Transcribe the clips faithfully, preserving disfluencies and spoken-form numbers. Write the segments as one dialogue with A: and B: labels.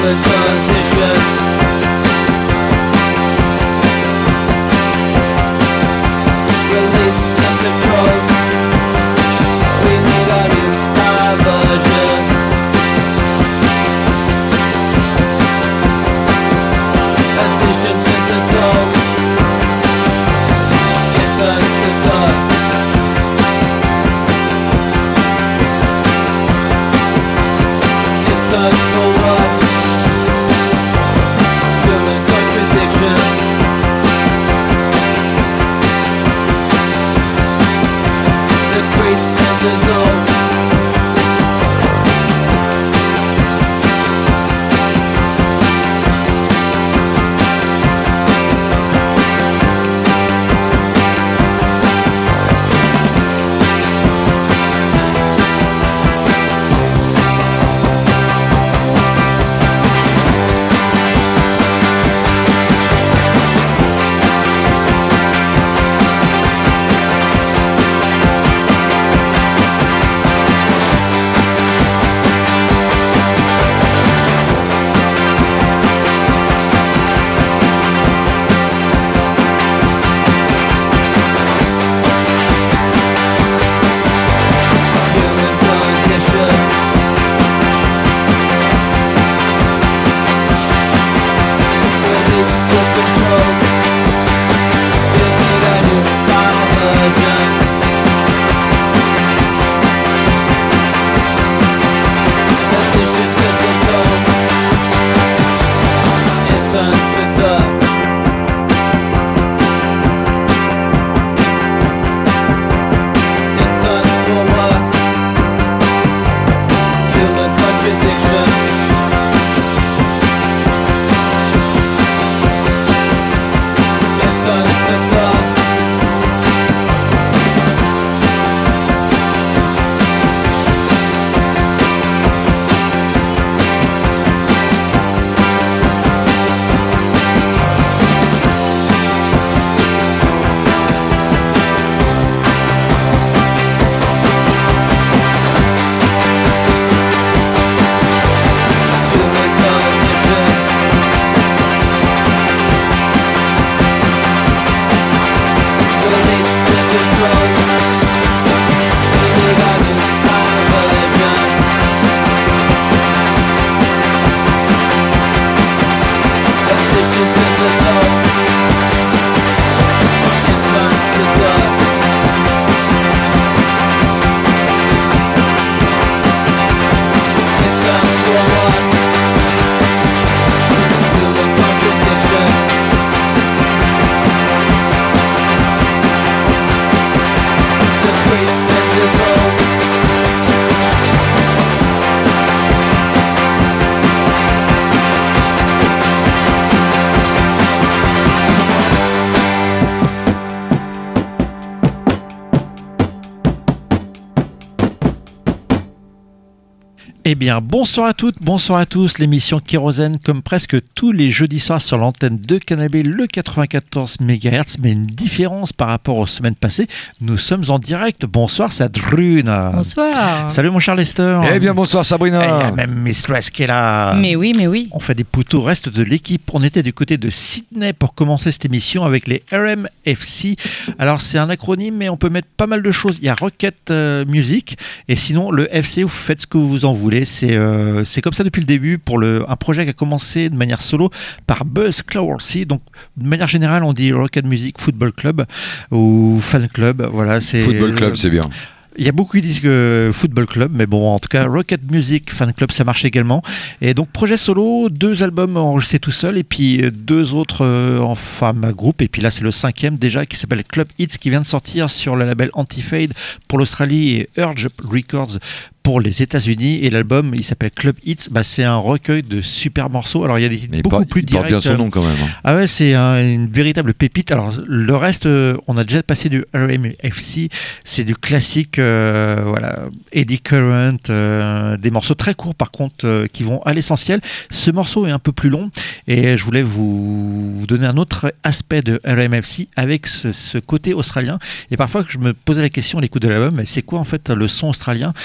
A: Eh bien, bonsoir à toutes, bonsoir à tous. L'émission Kérosène, comme presque tous les jeudis soirs sur l'antenne de Canal B, le quatre-vingt-quatorze mégahertz, mais une différence par rapport aux semaines passées. Nous sommes en direct. Bonsoir, Sabrina.
B: Bonsoir.
A: Salut mon cher Lester.
C: Eh bien, bonsoir Sabrina.
A: Il y a même Mistress qui est là.
B: Mais oui, mais oui.
A: On fait des poteaux au reste de l'équipe. On était du côté de Sydney pour commencer cette émission avec les R M F C. Alors, c'est un acronyme, mais on peut mettre pas mal de choses. Il y a Rocket euh, Music, et sinon, le F C, vous faites ce que vous en voulez. C'est, euh, c'est comme ça depuis le début pour le, un projet qui a commencé de manière solo par Buzz Clowersy. Donc, de manière générale, on dit Rocket Music Football Club ou Fan Club. Voilà, c'est,
C: Football Club,
A: euh,
C: c'est bien.
A: Il y a beaucoup qui disent que Football Club, mais bon, en tout cas, Rocket Music Fan Club, ça marche également. Et donc, projet solo, deux albums enregistrés tout seul, et puis deux autres euh, en format groupe. Et puis là, c'est le cinquième déjà, qui s'appelle Club Hits, qui vient de sortir sur le label Anti-Fade pour l'Australie et Urge Records pour les États-Unis. Et l'album, il s'appelle Club Hits. Bah, c'est un recueil de super morceaux. Alors, il y a des titres beaucoup
C: il
A: plus
C: il
A: directs.
C: porte bien son nom quand même. Hein.
A: Ah ouais, c'est un, une véritable pépite. Alors, le reste, euh, on a déjà passé du R M F C. C'est du classique, euh, voilà, Eddy Current, euh, des morceaux très courts par contre, euh, qui vont à l'essentiel. Ce morceau est un peu plus long et je voulais vous, vous donner un autre aspect de R M F C avec ce, ce côté australien. Et parfois, je me posais la question à l'écoute de l'album, mais c'est quoi en fait le son australien ? C'est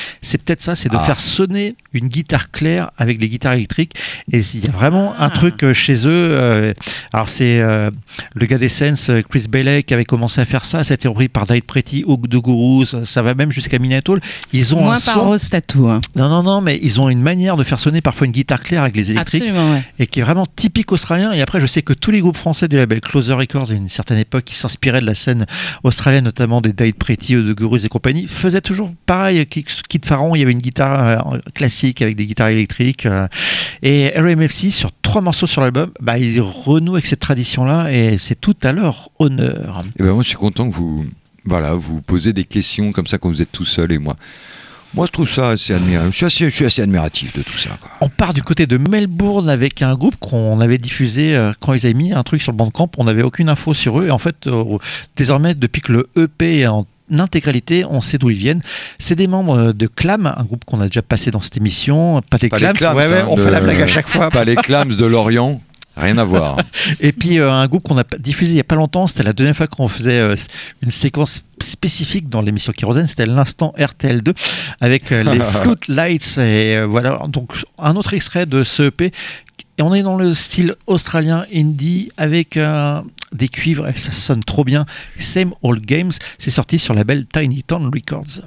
A: peut-être ça, c'est de
B: Ah.
A: faire sonner une guitare claire avec les guitares électriques. Et il y a vraiment un truc euh, chez eux. euh, alors c'est euh, le gars d'Essence, euh, Chris Bailey, qui avait commencé à faire ça. Ça a été repris par Died Pretty, Hug de Gurus. Ça va même jusqu'à Minatoll. Ils ont
C: Moins
A: un
C: par
A: son.
C: Rose Tattoo. Hein.
A: Non, non, non, mais ils ont une manière de faire sonner parfois une guitare claire avec les électriques.
C: Absolument, ouais.
A: Et qui est vraiment typique australien. Et après, je sais que tous les groupes français du label Closer Records, à une certaine époque, qui s'inspiraient de la scène australienne, notamment des Died Pretty, de Gurus et compagnie, faisaient toujours pareil. Kid Pharon, il y avait une guitare euh, classique avec des guitares électriques. Euh, et R M F C, sur trois morceaux sur l'album, bah, ils renouent avec cette tradition-là et c'est tout à leur honneur.
B: Et ben moi, je suis content que vous, voilà, vous posez des questions comme ça quand vous êtes tout seul. Et moi, moi, je trouve ça assez admiratif. Je suis assez, je suis assez admiratif de tout ça, quoi.
A: On part du côté de Melbourne avec un groupe qu'on avait diffusé euh, quand ils avaient mis un truc sur le Bandcamp. On n'avait aucune info sur eux. Et en fait, euh, désormais, depuis que le E P est en intégralité, on sait d'où ils viennent. C'est des membres de Clam, un groupe qu'on a déjà passé dans cette émission. Pas des
B: Pas
A: Clams,
B: les Clams,
A: ouais, ouais,
B: hein,
A: on
B: de-
A: fait la blague à chaque fois.
B: Pas les Clams de Lorient, rien à voir.
A: Et puis euh, un groupe qu'on a diffusé il n'y a pas longtemps, c'était la deuxième fois qu'on faisait euh, une séquence spécifique dans l'émission Kérosène, c'était l'instant R T L deux avec euh, les Flute Lights. Et euh, voilà, donc un autre extrait de ce E P. Et on est dans le style australien indie avec euh, des cuivres, et ça sonne trop bien. Same Old Games, c'est sorti sur le label Tiny Town Records.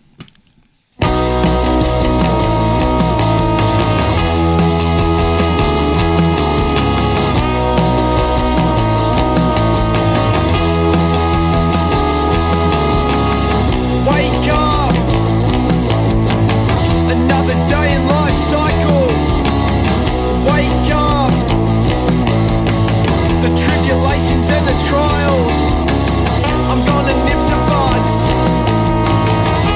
D: Wake up! Another day in life cycle. Wake up! The tribulations and the trials. I'm gonna nip the bud.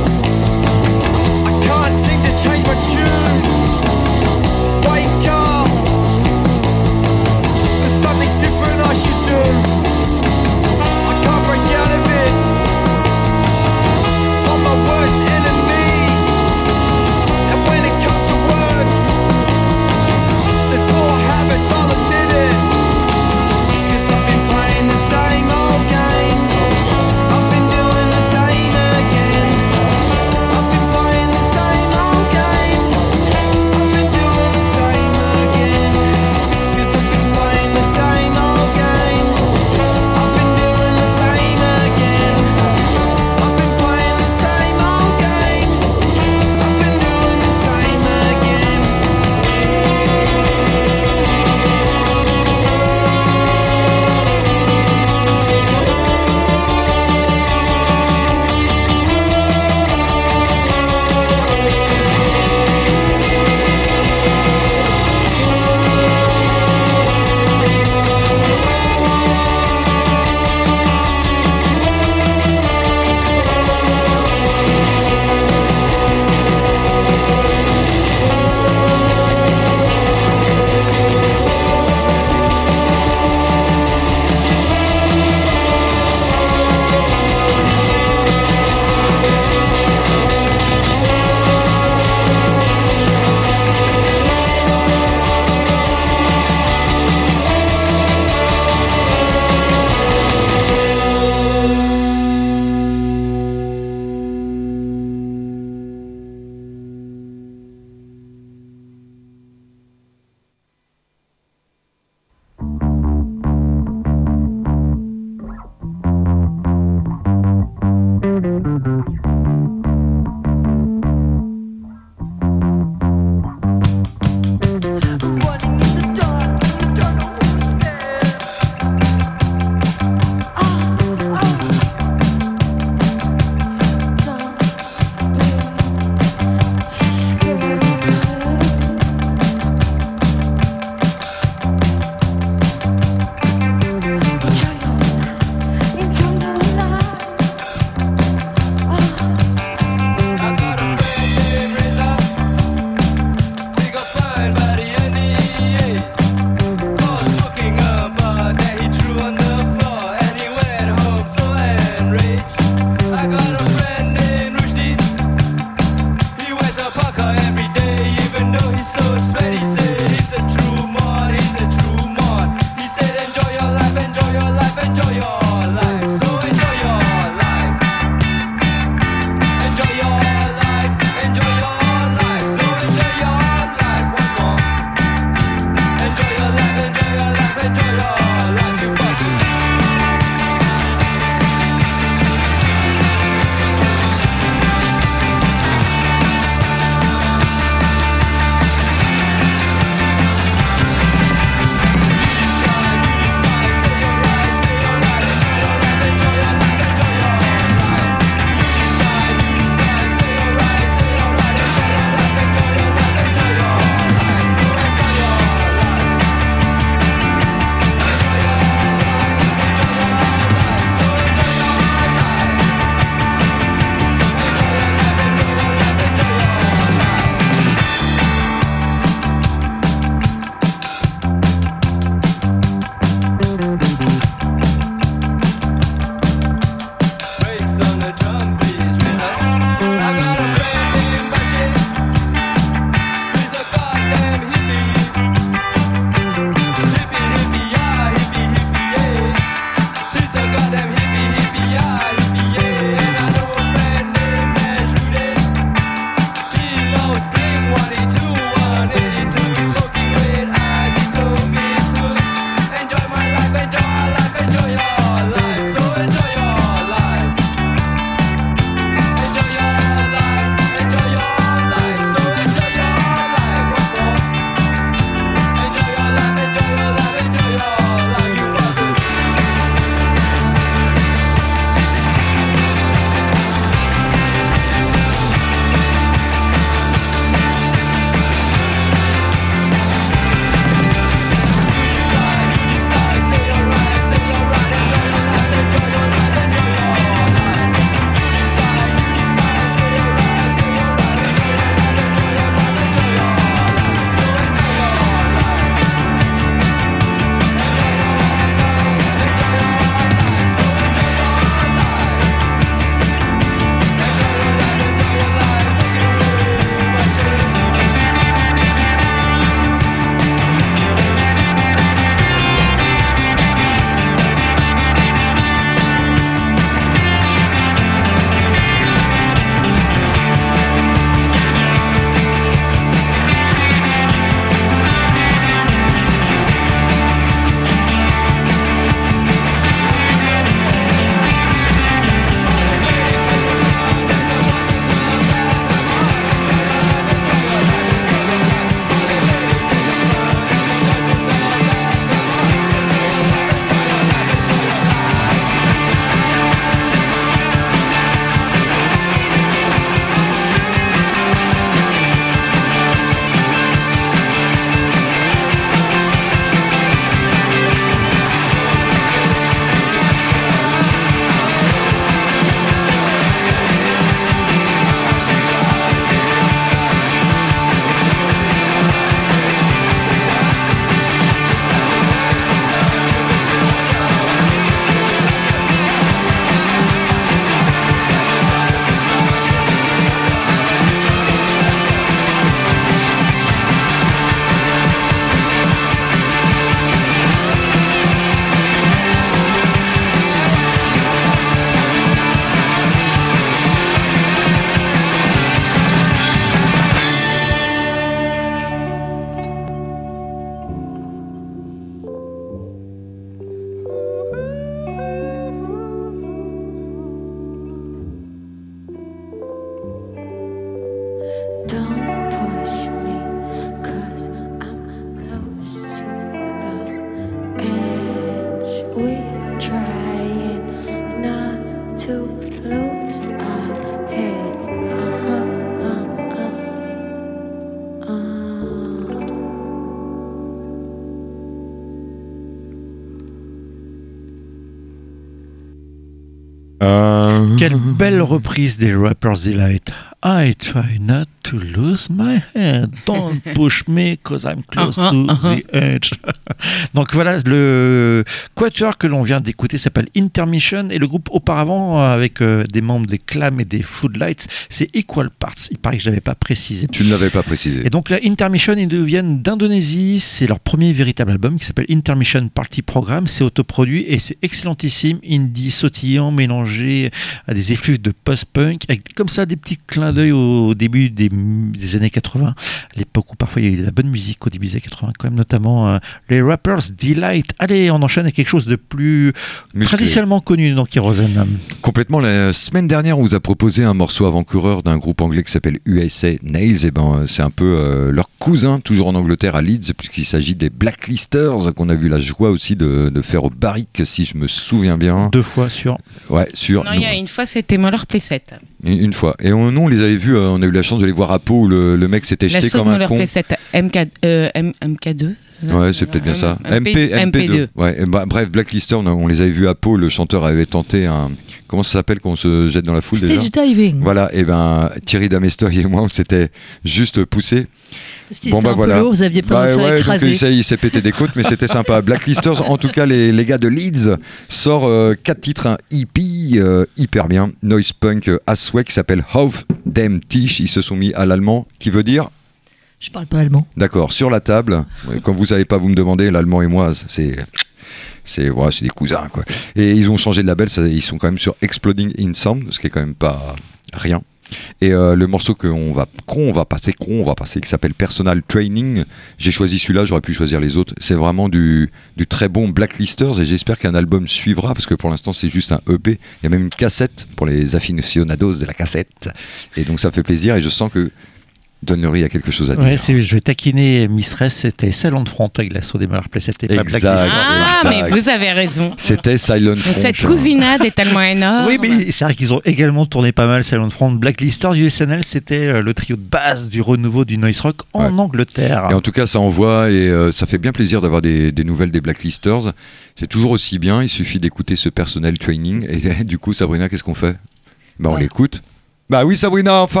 B: Euh...
A: Quelle belle reprise des Rapper's Delight. I try not to lose my head. Don't push me cause I'm close
C: uh-huh,
A: to
C: uh-huh.
A: the edge. Donc voilà, le quatuor que l'on vient d'écouter s'appelle Intermission et le groupe auparavant avec euh, des membres des Clam et des Floodlights, c'est Equal Parts. Il paraît que je n'avais pas précisé.
B: Tu ne l'avais pas précisé.
A: Et donc la Intermission, ils viennent d'Indonésie. C'est leur premier véritable album qui s'appelle Intermission Party Program. C'est autoproduit et c'est excellentissime. Indie sautillant mélangé à des effluves de post-punk avec comme ça des petits clins d'œil au début des, des années quatre-vingts. À l'époque où parfois il y a eu de la bonne musique au début des années quatre-vingts quand même, notamment euh, les Rapper's Delight. Allez, on enchaîne avec quelque chose de plus
B: Musclé.
A: Traditionnellement connu dans Kérosène.
B: Complètement. La semaine dernière, on vous a proposé un morceau avant-coureur d'un groupe anglais qui s'appelle U S A Nails. Et ben, c'est un peu euh, leur cousin, toujours en Angleterre, à Leeds, puisqu'il s'agit des Blacklisters, qu'on a eu la joie aussi de, de faire au Barrick, si je me souviens bien.
A: Deux fois sur.
B: Ouais, sur.
C: Non, il y a une fois, c'était Moller Playset.
B: Une, une fois. Et on, nous, on les avait vus, euh, on a eu la chance de les voir à Pau, où le, le mec s'était jeté comme un
C: Moller
B: con.
C: Playset M K, euh, M, M K deux.
B: Ouais, c'est peut-être bien ça.
C: M P,
B: M P deux.
C: M P deux.
B: Ouais, et bah, bref, Blacklister, on, a- on les avait vus à Pau. Le chanteur avait tenté un. Comment ça s'appelle quand on se jette dans la foule déjà
E: Stage diving.
B: Voilà, et ben Thierry Damestoy et moi, on s'était juste poussés.
E: Parce qu'il
B: Bon,
E: était
B: bah
E: un
B: voilà.
E: peu lourd, vous aviez pas
B: Bah
E: envie de faire
B: ouais, donc
E: écraser.
B: il s'est, il s'est pété des côtes, mais c'était sympa. Blacklisters, en tout cas, les, les gars de Leeds sortent euh, quatre titres, un E P euh, hyper bien, noise punk euh, à souhait qui s'appelle Auf dem Tisch. Ils se sont mis à l'allemand, qui veut dire.
E: Je parle pas allemand.
B: D'accord, sur la table. Comme vous savez pas, vous me demandez, l'allemand et moi, c'est. C'est, ouais, c'est des cousins, quoi. Et ils ont changé de label, ça, ils sont quand même sur Exploding in Sound, ce qui est quand même pas rien. Et euh, le morceau qu'on va, qu'on va passer, qu'on va passer, qui s'appelle Personal Training, j'ai choisi celui-là, j'aurais pu choisir les autres. C'est vraiment du, du très bon Blacklisters et j'espère qu'un album suivra, parce que pour l'instant c'est juste un E P. Il y a même une cassette pour les aficionados de la cassette. Et donc ça me fait plaisir et je sens que Donnery a quelque chose à dire.
A: Ouais, c'est, je vais taquiner Mistress, c'était Silent Front avec l'assaut des Moller Playset et pas
B: Exact.
A: Blacklist.
C: Ah,
B: Exact.
C: mais vous avez raison.
B: C'était Silent Front.
C: Cette cousinade est tellement énorme.
A: Oui, mais c'est vrai qu'ils ont également tourné pas mal Silent Front. Blacklisters, U S N L, c'était euh, le trio de base du renouveau du noise rock en
B: Ouais.
A: Angleterre.
B: Et en tout cas, ça envoie et euh, ça fait bien plaisir d'avoir des, des nouvelles des Blacklisters. C'est toujours aussi bien, il suffit d'écouter ce personnel training. Et du coup, Sabrina, qu'est-ce qu'on fait ? Bah, on
E: Ouais.
B: l'écoute. Bah oui, Sabrina, enfin !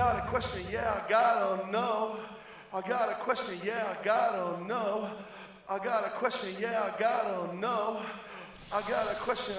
E: got a question, yeah, I gotta know. I got a question, yeah, I gotta know. I got a question, yeah, I gotta know. I got a question,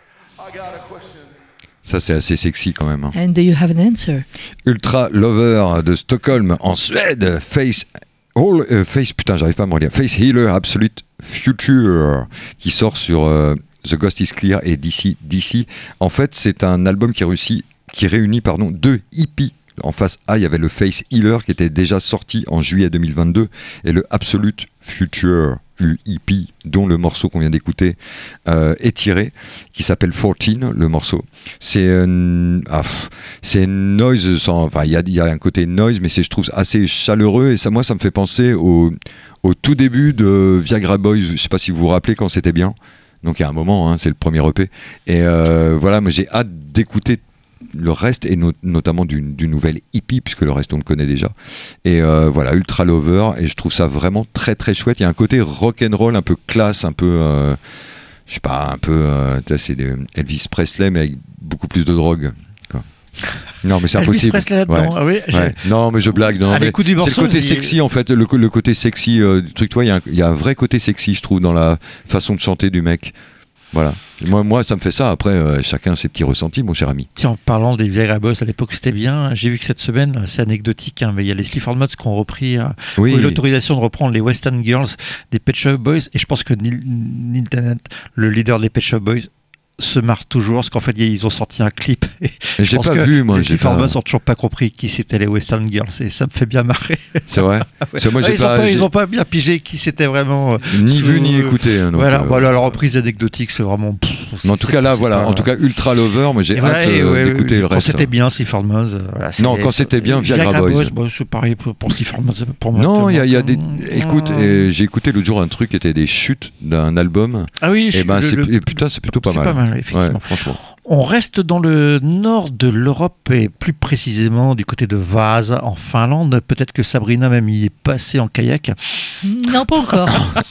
E: I got a question.
B: Ça, c'est assez sexy quand même. Hein.
F: And do you have an answer?
B: Ultra Lover de Stockholm en Suède. Face All, euh, Face, putain, j'arrive pas à me relire. Face Healer Absolute Future, qui sort sur euh, The Ghost is Clear et D C D C. En fait, c'est un album qui réussit, qui réunit pardon, deux hippies. En face A, il y avait le Face Healer qui était déjà sorti en juillet deux mille vingt-deux et le Absolute Future U E P, dont le morceau qu'on vient d'écouter euh, est tiré, qui s'appelle quatorze, le morceau. C'est euh, ah, c'est noise, sans, enfin il y a, y a un côté noise, mais c'est, je trouve assez chaleureux et ça, moi, ça me fait penser au, au tout début de Viagra Boys. Je sais pas si vous vous rappelez quand c'était bien. Donc il y a un moment, hein, c'est le premier E P. Et euh, voilà, mais j'ai hâte d'écouter le reste, et no- notamment du, du nouvel hippie, puisque le reste on le connaît déjà. Et euh, voilà, Ultra Lover, et je trouve ça vraiment très très chouette. Il y a un côté rock'n'roll, un peu classe, un peu, euh, je sais pas, un peu, euh, c'est des Elvis Presley, mais avec beaucoup plus de drogue. Quoi. Non, mais c'est
A: Elvis
B: impossible.
A: Presley là-dedans.
B: Ouais.
A: Ah oui, j'ai-
B: Ouais. Non, mais je blague. Non,
A: À
B: mais
A: l'écoute du
B: c'est
A: morceau,
B: le côté
A: je dis-
B: sexy en fait, le, co- le côté sexy euh, du truc. Toi, il y, a un- il y a un vrai côté sexy, je trouve, dans la façon de chanter du mec. Voilà. Moi, moi, ça me fait ça. Après, euh, chacun ses petits ressentis, mon cher ami.
A: Tiens, en parlant des Viagra Boys, à l'époque c'était bien. J'ai vu que cette semaine, c'est anecdotique, hein, mais il y a les Sleaford Mods qui ont repris, euh,
B: Oui.
A: ont eu l'autorisation de reprendre les Western Girls des Pet Shop Boys. Et je pense que Neil, Neil Tennant, le leader des Pet Shop Boys, se marre toujours parce qu'en fait ils ont sorti un clip. Et je
B: J'ai
A: pense
B: pas
A: que
B: vu, moi.
A: Les
B: j'ai
A: Sleaford
B: pas-
A: Mods ont toujours pas compris qui c'était les Western Girls et ça me fait bien marrer.
B: C'est vrai. Parce que moi,
A: Ouais,
B: j'ai
A: ils,
B: pas,
A: ont pas,
B: j'ai
A: ils ont pas bien pigé qui c'était vraiment. euh,
B: ni
A: sous-
B: vu ni écouté. hein, donc,
A: voilà,
B: euh,
A: voilà, la reprise anecdotique, c'est vraiment. pff,
B: Mais en tout
A: c'est-
B: cas, là,
A: c'est
B: voilà.
A: pas-
B: En tout cas, Ultra Lover, moi, j'ai
A: Et
B: hâte
A: voilà, et
B: euh,
A: ouais,
B: d'écouter le
A: quand
B: reste.
A: c'était bien, Sleaford Mods. euh, Voilà, c'est-
B: Non, quand c'était bien, Viagra Boys.
A: bah, c'est pareil pour, pour Sleaford Mods. Pour moi,
B: Non, il y a, il y a
A: des.
B: des. Écoute, et j'ai écouté l'autre jour un truc qui était des chutes d'un album.
A: Ah oui,
B: Et
A: je-
B: ben,
A: le-
B: c'est,
A: le-
B: et putain, c'est plutôt pas
A: c'est
B: mal.
A: pas mal, effectivement.
B: Ouais, franchement.
A: On reste dans le nord de l'Europe et plus précisément du côté de Vaasa en Finlande. Peut-être que Sabrina même y est passée en kayak.
F: Non, pas encore.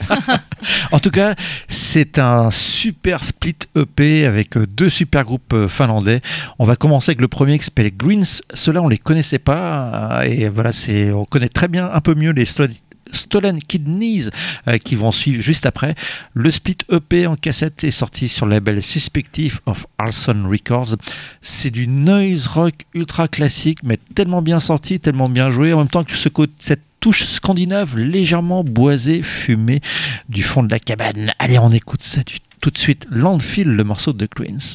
A: En tout cas, c'est un super split E P avec deux super groupes euh, finlandais. On va commencer avec le premier qui s'appelle Greens. Ceux-là, on les connaissait pas. euh, Et voilà, c'est, on connaît très bien un peu mieux les Sto- Stolen Kidneys euh, qui vont suivre juste après. Le split E P en cassette est sorti sur le label Suspective of Arson Records. C'est du noise rock ultra classique, mais tellement bien sorti, tellement bien joué, en même temps que ce côté, cette touche scandinave légèrement boisée, fumée du fond de la cabane. Allez, on écoute ça du- tout de suite. Landfill, le morceau de Queens.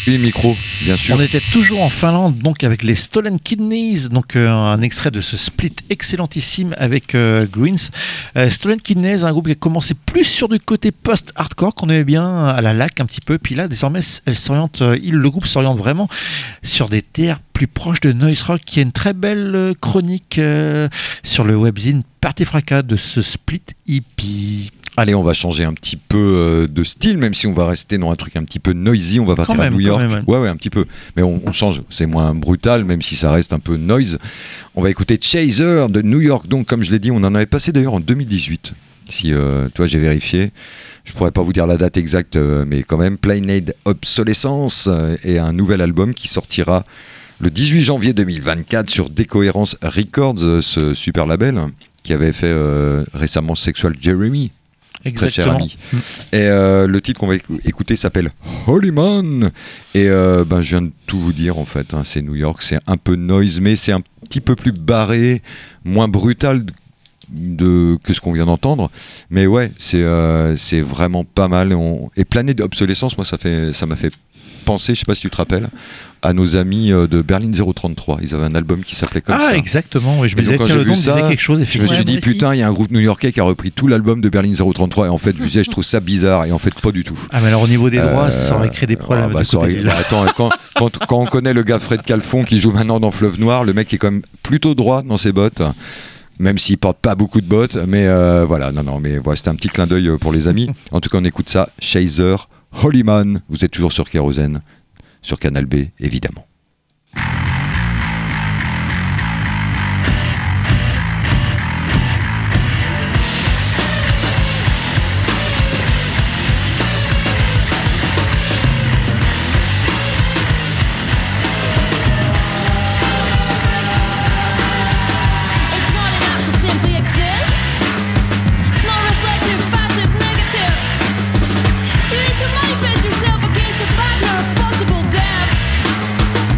B: Oui, micro, bien sûr.
A: On était toujours en Finlande, donc avec les Stolen Kidneys, donc euh, un extrait de ce split excellentissime avec euh, Greens. Euh, Stolen Kidneys, un groupe qui a commencé plus sur du côté post-hardcore, qu'on aimait bien à la lac un petit peu, puis là désormais elle s'oriente, euh, il, le groupe s'oriente vraiment sur des terres plus proches de noise rock, qui a une très belle euh, chronique euh, sur le webzine Party Fracas de ce split E P.
B: Allez, on va changer un petit peu euh, de style, même si on va rester dans un truc un petit peu noisy. On va partir
A: Quand même,
B: à New York.
A: quand même.
B: Ouais, ouais, un petit peu. Mais on, on change. C'est moins brutal, même si ça reste un peu noise. On va écouter Chaser de New York. Donc, comme je l'ai dit, on en avait passé d'ailleurs en deux mille dix-huit. Si, euh, toi, j'ai vérifié. Je pourrais pas vous dire la date exacte, euh, mais quand même, Plain Aid Obsolescence euh, et un nouvel album qui sortira le dix-huit janvier deux mille vingt-quatre sur Décohérence Records, euh, ce super label qui avait fait euh, récemment Sexual Jeremy. Très cher ami.
A: Mmh.
B: Et euh, le titre qu'on va écou- écouter s'appelle Holy Man. Et euh, ben, je viens de tout vous dire en fait. Hein. C'est New York, c'est un peu noise, mais c'est un petit peu plus barré, moins brutal de, que ce qu'on vient d'entendre. Mais ouais, c'est, euh, c'est vraiment pas mal. Et, on, et Planète d'obsolescence, moi ça, fait, ça m'a fait penser, je sais pas si tu te rappelles, à nos amis de Berlin zéro trente-trois. Ils avaient un album qui s'appelait comme
A: ah,
B: ça.
A: Ah exactement, oui, je me
B: Et
A: disais
B: donc,
A: que
B: quand
A: le
B: j'ai
A: nom
B: vu ça,
A: disait quelque chose.
B: je me
A: effectivement.
B: suis
F: Ouais,
B: dit,
F: moi aussi.
B: putain, il y a un groupe new-yorkais qui a repris tout l'album de Berlin zéro trente-trois. Et en fait, je me disais, je trouve ça bizarre. Et en fait, pas du tout.
A: Ah, mais alors au niveau des droits,
B: Euh,
A: ça aurait créé des problèmes.
B: ah, bah,
A: du
B: ça
A: côté
B: aurait-
A: du-
B: bah, attends, quand, quand, quand on connaît le gars Fred Calfon qui joue maintenant dans Fleuve Noir, le mec est quand même plutôt droit dans ses bottes. Même s'il porte pas beaucoup de bottes, mais euh, voilà, non, non, mais voilà, c'était un petit clin d'œil pour les amis. En tout cas, on écoute ça, Chaser, Holy Man. Vous êtes toujours sur Kérosène, sur Canal B, évidemment.
G: It's not enough to simply exist. No reflective, passive, negative. You need to manifest yourself against the background of possible death.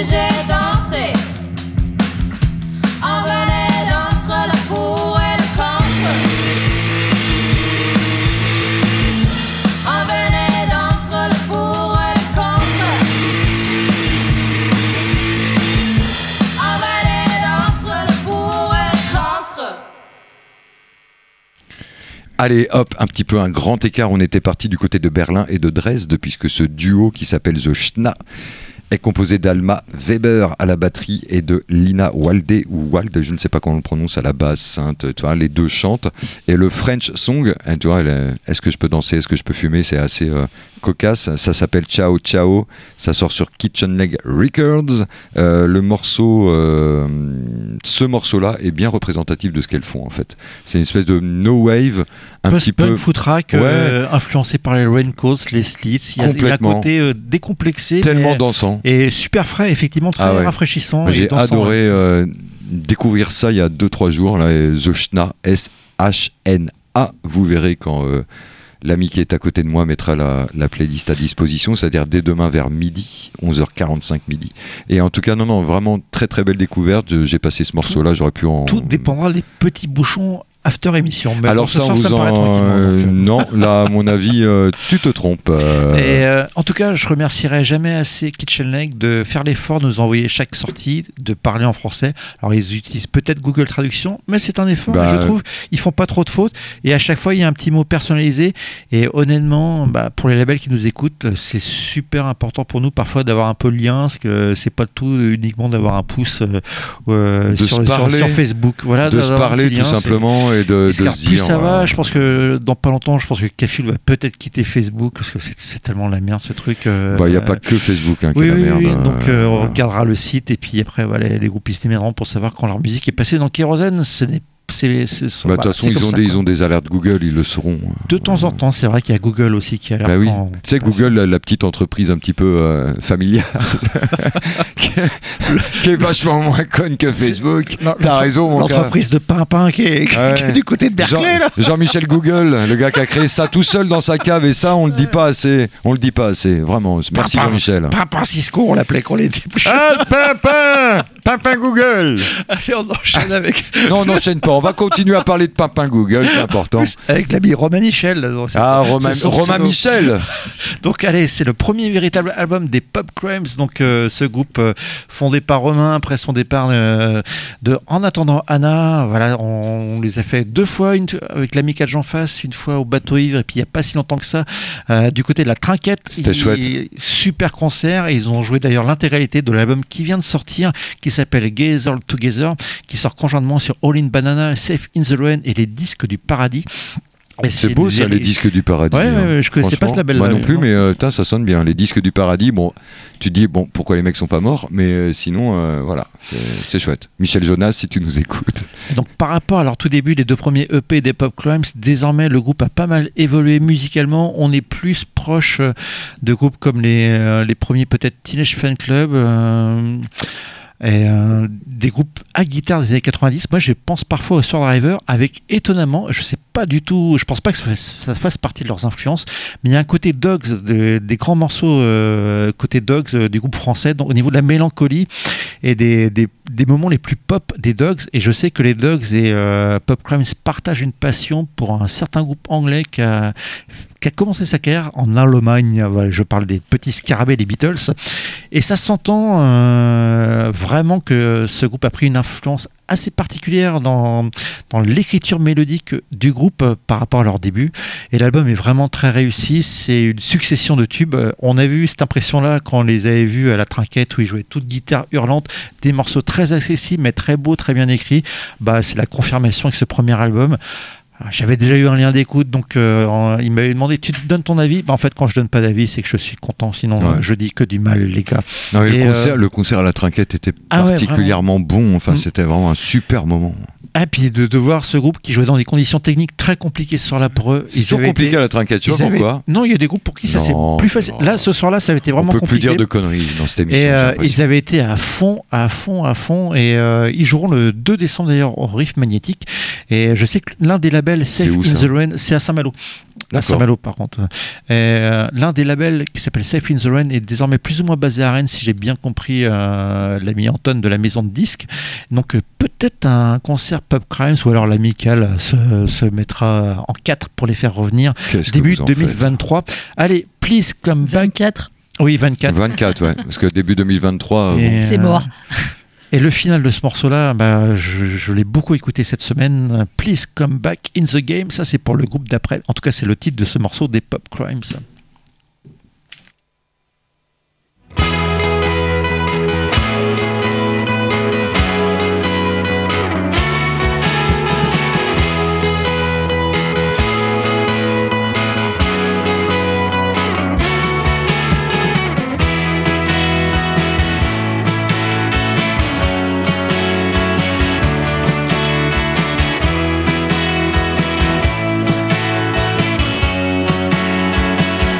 G: j'ai dansé. On venait d'entre le pour et le contre. On venait d'entre le pour et le contre. On venait d'entre le pour et le contre.
B: Allez, hop, un petit peu un grand écart. On était parti du côté de Berlin et de Dresde, puisque ce duo qui s'appelle The Schna est composé d'Alma Weber à la batterie et de Lina Walde, ou Walde, je ne sais pas comment on le prononce, à la basse, sainte, tu vois, les deux chantent. Et le French Song, hein, tu vois, est-ce que je peux danser, est-ce que je peux fumer, c'est assez euh, cocasse. Ça s'appelle Ciao Ciao, ça sort sur Kitchen Leg Records. Euh, le morceau, euh, ce morceau-là est bien représentatif de ce qu'elles font en fait. C'est une espèce de no wave, un
A: Post
B: petit
A: punk
B: peu
A: footrack,
B: Ouais.
A: euh, influencé par les Raincoats, les Slits. Il y a, il y a un
B: Complètement.
A: côté euh, décomplexé,
B: tellement
A: mais-
B: dansant.
A: et super frais, effectivement, très
B: Ah ouais.
A: rafraîchissant.
B: Moi,
A: et
B: j'ai
A: dansant,
B: adoré
A: ouais.
B: euh, découvrir ça il y a deux trois jours, là, et The Schna, S H N A. Vous verrez quand euh, l'ami qui est à côté de moi mettra la, la playlist à disposition, c'est-à-dire dès demain vers midi, onze heures quarante-cinq midi. Et en tout cas, non, non, vraiment très très belle découverte. J'ai passé ce morceau-là, j'aurais pu en...
A: Tout dépendra des petits bouchons after émission. Mais
B: Alors
A: bon, ce
B: ça, on
A: soir,
B: vous
A: me paraît
B: en...
A: tranquillement,
B: euh,
A: donc, euh.
B: non, là, à mon avis, euh, tu te trompes. euh.
A: Et euh, en tout cas, je remercierai jamais assez Kitchen Leg de faire l'effort de nous envoyer chaque sortie, de parler en français. Alors, ils utilisent peut-être Google Traduction, mais c'est un effort.
B: Bah,
A: et je trouve ils font pas trop de fautes. Et à chaque fois, il y a un petit mot personnalisé. Et honnêtement, bah, pour les labels qui nous écoutent, c'est super important pour nous parfois d'avoir un peu le lien, parce que c'est pas tout uniquement d'avoir un pouce euh, euh,
B: De
A: sur,
B: se
A: le- sur-
B: parler.
A: sur Facebook. Voilà,
B: de se
A: d'avoir un
B: parler
A: petit
B: tout
A: lien, c'est-
B: simplement et de, de
A: Escar,
B: se
A: plus
B: dire
A: ça va,
B: euh,
A: je pense que dans pas longtemps, je pense que Caful va peut-être quitter Facebook parce que c'est, c'est tellement la merde ce truc. euh,
B: bah, il n'y a pas que Facebook hein, qui
A: oui,
B: est la
A: oui,
B: merde.
A: oui, donc euh, on
B: voilà.
A: regardera le site et puis après voilà, les groupes ils se démèneront pour savoir quand leur musique est passée dans Kérosène. Ce n'est c'est, c'est, c'est-
B: Bah, de
A: voilà,
B: toute façon,
A: c'est
B: ils
A: comme
B: ont,
A: ça,
B: des, ils
A: quoi.
B: ont des alertes Google, ils le sauront.
A: De temps en temps, c'est vrai qu'il y a Google aussi qui a l'air.
B: Bah oui.
A: quand-
B: Tu sais, Google, la, la petite entreprise un petit peu euh, familiale, qui, est, qui est vachement moins conne que Facebook.
A: Non,
B: T'as raison, mon gars.
A: L'entreprise de Pimpin qui est, qui
B: Ouais.
A: est du côté de Berkeley
B: Jean-
A: là.
B: Jean-Michel Google, le gars qui a créé ça tout seul dans sa cave, et ça, on le dit pas assez. On le dit pas assez, vraiment. Merci
A: Pimpin-
B: Jean-Michel.
A: Pimpin Cisco, on l'appelait quand on était plus jeune.
B: Ah, Pimpin Pimpin Google.
A: Allez, on enchaîne avec,
B: Non, on n'enchaîne pas. On va continuer à parler de Pimpin Google, c'est important.
A: avec l'ami Romain Michel. là, donc c'est-
B: Ah, Romain,
A: c'est son
B: Romain
A: pseudo.
B: Michel.
A: Donc allez, c'est le premier véritable album des Pop Crimes, donc euh, ce groupe euh, fondé par Romain après son départ euh, de En attendant Anna. Voilà, on, on les a fait deux fois, une avec l'ami quatre Jean Face, une fois au Bateau Ivre et puis il n'y a pas si longtemps que ça euh, du côté de la Trinquette.
B: C'était
A: Il-
B: chouette.
A: Super concert et ils ont joué d'ailleurs l'intégralité de l'album qui vient de sortir qui s'appelle Gaze All Together, qui sort conjointement sur All in Banana, Safe in the Rain et les disques du paradis. Et
B: C'est beau ça,
A: une-
B: les disques du paradis.
A: Ouais, ouais,
B: hein.
A: ouais, je connaissais pas ce
B: Franchement,
A: label-là,
B: Moi non
A: mais
B: plus,
A: non.
B: mais euh, tain, ça sonne bien. Les disques du paradis, bon, tu te dis, bon, pourquoi les mecs sont pas morts, mais euh, sinon, euh, voilà, c'est, c'est chouette. Michel Jonas, si tu nous écoutes.
A: Et donc par rapport à leur tout début, les deux premiers E P des Pop Crimes, désormais le groupe a pas mal évolué musicalement. On est plus proche euh, de groupes comme les, euh, les premiers peut-être Teenage Fan Club. euh, et euh, des groupes à guitare des années quatre-vingt-dix. Moi, je pense parfois au Sword Driver avec étonnamment, je sais pas du tout, je pense pas que ça fasse, ça fasse partie de leurs influences, mais il y a un côté Dogs, de- des grands morceaux euh, côté Dogs euh, du groupe français, donc, au niveau de la mélancolie et des, des, des moments les plus pop des Dogs. Et je sais que les Dogs et euh, Pop Crimes partagent une passion pour un certain groupe anglais qui a, qui a commencé sa carrière en Allemagne. Voilà, je parle des petits scarabées des Beatles. Et ça s'entend euh, vraiment que ce groupe a pris une influence assez particulière dans, dans l'écriture mélodique du groupe euh, par rapport à leur début. Et l'album est vraiment très réussi. C'est une succession de tubes. Euh, On a vu cette impression-là quand on les avait vus à la Trinquette où ils jouaient toute guitare hurlante, des morceaux très accessibles mais très beaux, très bien écrits. Bah, c'est la confirmation avec ce premier album. J'avais déjà eu un lien d'écoute, donc euh, en- il m'avait demandé tu te donnes ton avis. Bah, en fait, quand je donne pas d'avis, c'est que je suis content. Sinon,
B: Ouais.
A: euh, je dis que du mal, les gars.
B: Non, mais
A: Et,
B: le, concert,
A: euh,
B: le concert à la Trinquette était
A: Ah ouais,
B: particulièrement bon. Enfin,
A: Mm.
B: c'était vraiment un super moment.
A: Et puis de, de voir ce groupe qui jouait dans des conditions techniques très compliquées ce soir-là pour eux.
B: C'est toujours
A: avaient
B: compliqué
A: été-
B: à la Trinquette. Tu
A: ils
B: vois
A: avaient-
B: pourquoi
A: Non, il y a des groupes pour qui ça c'est
B: Non,
A: plus facile.
B: non.
A: Là, ce soir-là, ça avait été
B: On
A: vraiment
B: peut plus
A: compliqué.
B: dire de conneries dans cette émission.
A: Et
B: j'ai
A: euh,
B: l'impression.
A: ils avaient été à fond, à fond, à fond. Et euh, ils joueront le deux décembre d'ailleurs au Riff Magnétique. Et je sais que l'un des labels, Safe
B: où,
A: in
B: ça
A: the Rain, c'est à Saint-Malo. À Saint-Malo, par contre. Et, euh, l'un des labels qui s'appelle Safe in the Rain est désormais plus ou moins basé à Rennes, si j'ai bien compris euh, l'ami Anton de la maison de disques. Donc euh, peut-être un concert Pub Crimes ou alors l'Amical se, se mettra en quatre pour les faire revenir.
B: Qu'est-ce que
A: Début
B: vous en
A: deux mille vingt-trois.
B: faites
A: Allez, please come back.
F: vingt-quatre,
A: Oui, vingt-quatre.
B: vingt-quatre, ouais. Parce que début deux mille vingt-trois.
A: Et,
B: bon.
F: c'est
A: euh,
F: mort.
A: Et le final de ce morceau-là, bah, je, je l'ai beaucoup écouté cette semaine. Please come back in the game. Ça, c'est pour le groupe d'après. En tout cas, c'est le titre de ce morceau des Pub Crimes.
G: Thank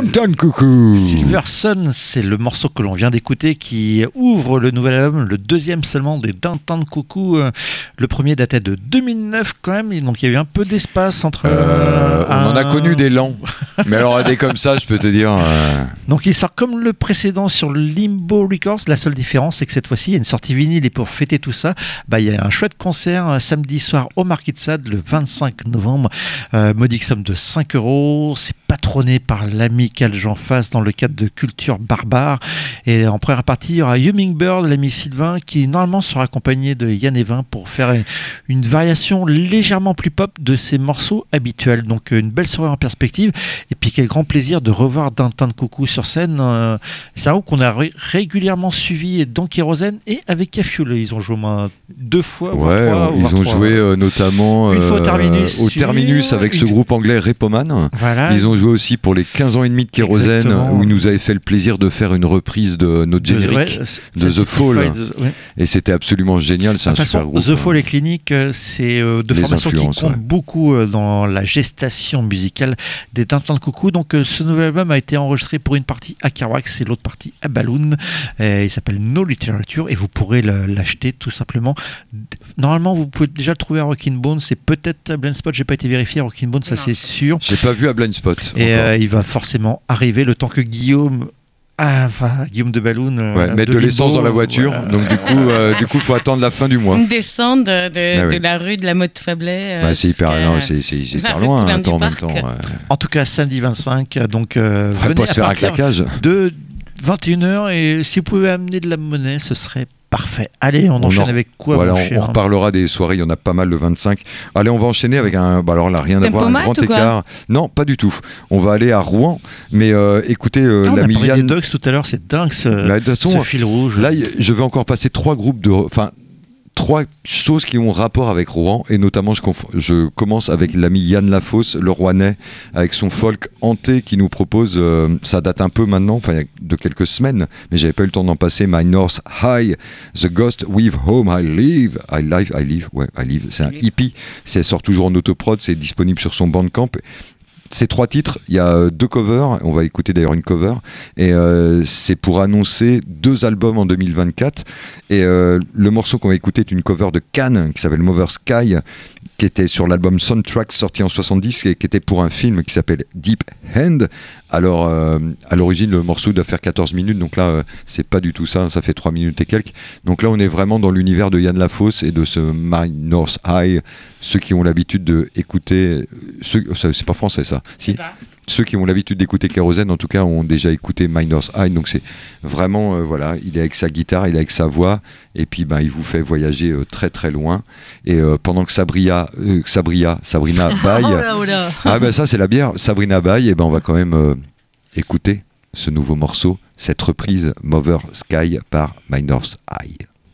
B: Dantan Coucou.
A: Silver Sun, c'est le morceau que l'on vient d'écouter qui ouvre le nouvel album, le deuxième seulement des Dantan Coucou. Le premier datait de deux mille neuf quand même, et donc il y a eu un peu d'espace entre...
B: Euh, on
A: un...
B: en a connu des lents. Mais alors des comme ça, je peux te dire... Euh...
A: Donc il sort comme le précédent sur Limbo Records. La seule différence, c'est que cette fois-ci, il y a une sortie vinyle, et pour fêter tout ça, bah, il y a un chouette concert un samedi soir au Market Stade le vingt-cinq novembre. Euh, modique somme de cinq euros. C'est patronné par l'amical Jean Fasse dans le cadre de Culture Barbare. Et en première partie, il y aura Hummingbird, l'ami Sylvain, qui normalement sera accompagné de Yann Evin pour faire une variation légèrement plus pop de ses morceaux habituels. Donc une belle soirée en perspective. Et puis quel grand plaisir de revoir Dantan Coucou sur scène. Euh, c'est un groupe qu'on a ré- régulièrement suivi dans Kérosène et avec Cafioul. Ils ont joué au moins deux fois.
B: Ouais,
A: trois,
B: ils ont
A: trois,
B: joué euh, notamment
A: une fois au
B: euh,
A: Terminus,
B: au Terminus avec
A: une...
B: ce groupe anglais Repoman.
A: Voilà.
B: Ils ont joué aussi pour les quinze ans et demi de Kérosène.
A: Exactement.
B: Où ils nous avaient fait le plaisir de faire une reprise de notre
A: de,
B: générique
A: ouais,
B: de The Fall.
A: The, ouais.
B: Et c'était absolument génial. C'est
A: de
B: un
A: toute
B: super
A: façon,
B: groupe.
A: The Fall et Clinique, c'est euh, deux
B: Les
A: formations qui comptent
B: ouais.
A: beaucoup euh, dans la gestation musicale des Dantan Coucou. Donc euh, ce nouvel album a été enregistré pour une partie à Carwax et l'autre partie à Balloon. Euh, il s'appelle No Literature et vous pourrez le, l'acheter tout simplement. Normalement, vous pouvez déjà le trouver à Rockin' Bone. C'est peut-être à Blind Spot, j'ai pas été vérifié. Rockin' Bone, ça
C: Non.
A: c'est sûr.
B: J'ai pas vu à Blind Spot.
A: Et
B: encore.
A: euh, il va forcément arriver le temps que Guillaume. Ah, enfin, Guillaume de Balloon.
B: Ouais,
A: euh,
B: mettre de,
A: de
B: l'essence
A: Limbo,
B: dans la voiture.
A: voilà.
B: Donc du coup, euh, du coup, faut attendre la fin du mois.
C: Une descente de, de,
B: Ah oui.
C: de la rue de la Motte Fablet. euh,
B: Bah, c'est hyper,
C: jusqu'à-
B: non, c'est, c'est, c'est
C: la
B: hyper
C: rue
B: loin.
C: Poulain
B: Attends, en
C: du
B: même
C: Parc.
B: temps. Ouais.
A: En tout cas, samedi vingt-cinq, donc euh,
B: On va
A: venez
B: pas se
A: à
B: faire un
A: partir
B: claquage.
A: de vingt et une heures et si vous pouvez amener de la monnaie, ce serait parfait. Allez, on,
B: On
A: enchaîne
B: en-
A: avec quoi
B: Voilà,
A: mon
B: on,
A: cher
B: on reparlera des soirées, il y en a pas mal le vingt-cinq. Allez, on va enchaîner avec un. Bah alors là, rien à voir, un
C: Tempomat
B: grand
C: ou quoi
B: écart. Non, pas du tout. On va aller à Rouen, mais euh, écoutez, euh,
A: Ah, on a
B: l'ami
A: parlé
B: Yann.
A: des Dogs tout à l'heure, c'est dingue ce,
B: Bah, de toute façon,
A: ce fil rouge.
B: Là, y- je vais encore passer trois groupes de. Enfin, trois choses qui ont rapport avec Rouen, et notamment, je, conf- je commence avec l'ami Yann Lafosse, le Rouennais, avec son folk hanté qui nous propose. Euh, ça date un peu maintenant, enfin, il y a de quelques semaines, mais j'avais pas eu le temps d'en passer. My North High, The Ghost with Whom I Live, I Live, I Live, ouais, I Live. C'est un hippie. Ça sort toujours en autoprod, c'est disponible sur son Bandcamp. Ces trois titres, il y a euh, deux covers, on va écouter d'ailleurs une cover, et euh, c'est pour annoncer deux albums en deux mille vingt-quatre. Et euh, le morceau qu'on va écouter est une cover de Cannes qui s'appelle Mother Sky, qui était sur l'album Soundtrack sorti en soixante-dix et qui était pour un film qui s'appelle Deep Hand. Alors, euh, à l'origine, le morceau doit faire quatorze minutes, donc là, euh, c'est pas du tout ça, ça fait trois minutes et quelques. Donc là, on est vraiment dans l'univers de Yann Lafosse et de ce My North High. Ceux qui ont l'habitude d'écouter. Ceux, ça, c'est pas français, ça. Si. Ceux qui ont l'habitude d'écouter Kérosène, en tout cas, ont déjà écouté My North High. Donc c'est vraiment, euh, voilà, il est avec sa guitare, il est avec sa voix, et puis ben, il vous fait voyager euh, très très loin. Et euh, pendant que Sabria, euh, Sabria, Sabrina baille,
F: Oh là, oh là.
B: ah ben ça c'est la bière, Sabrina baille, et ben on va quand même euh, écouter ce nouveau morceau, cette reprise Mother Sky par My North High.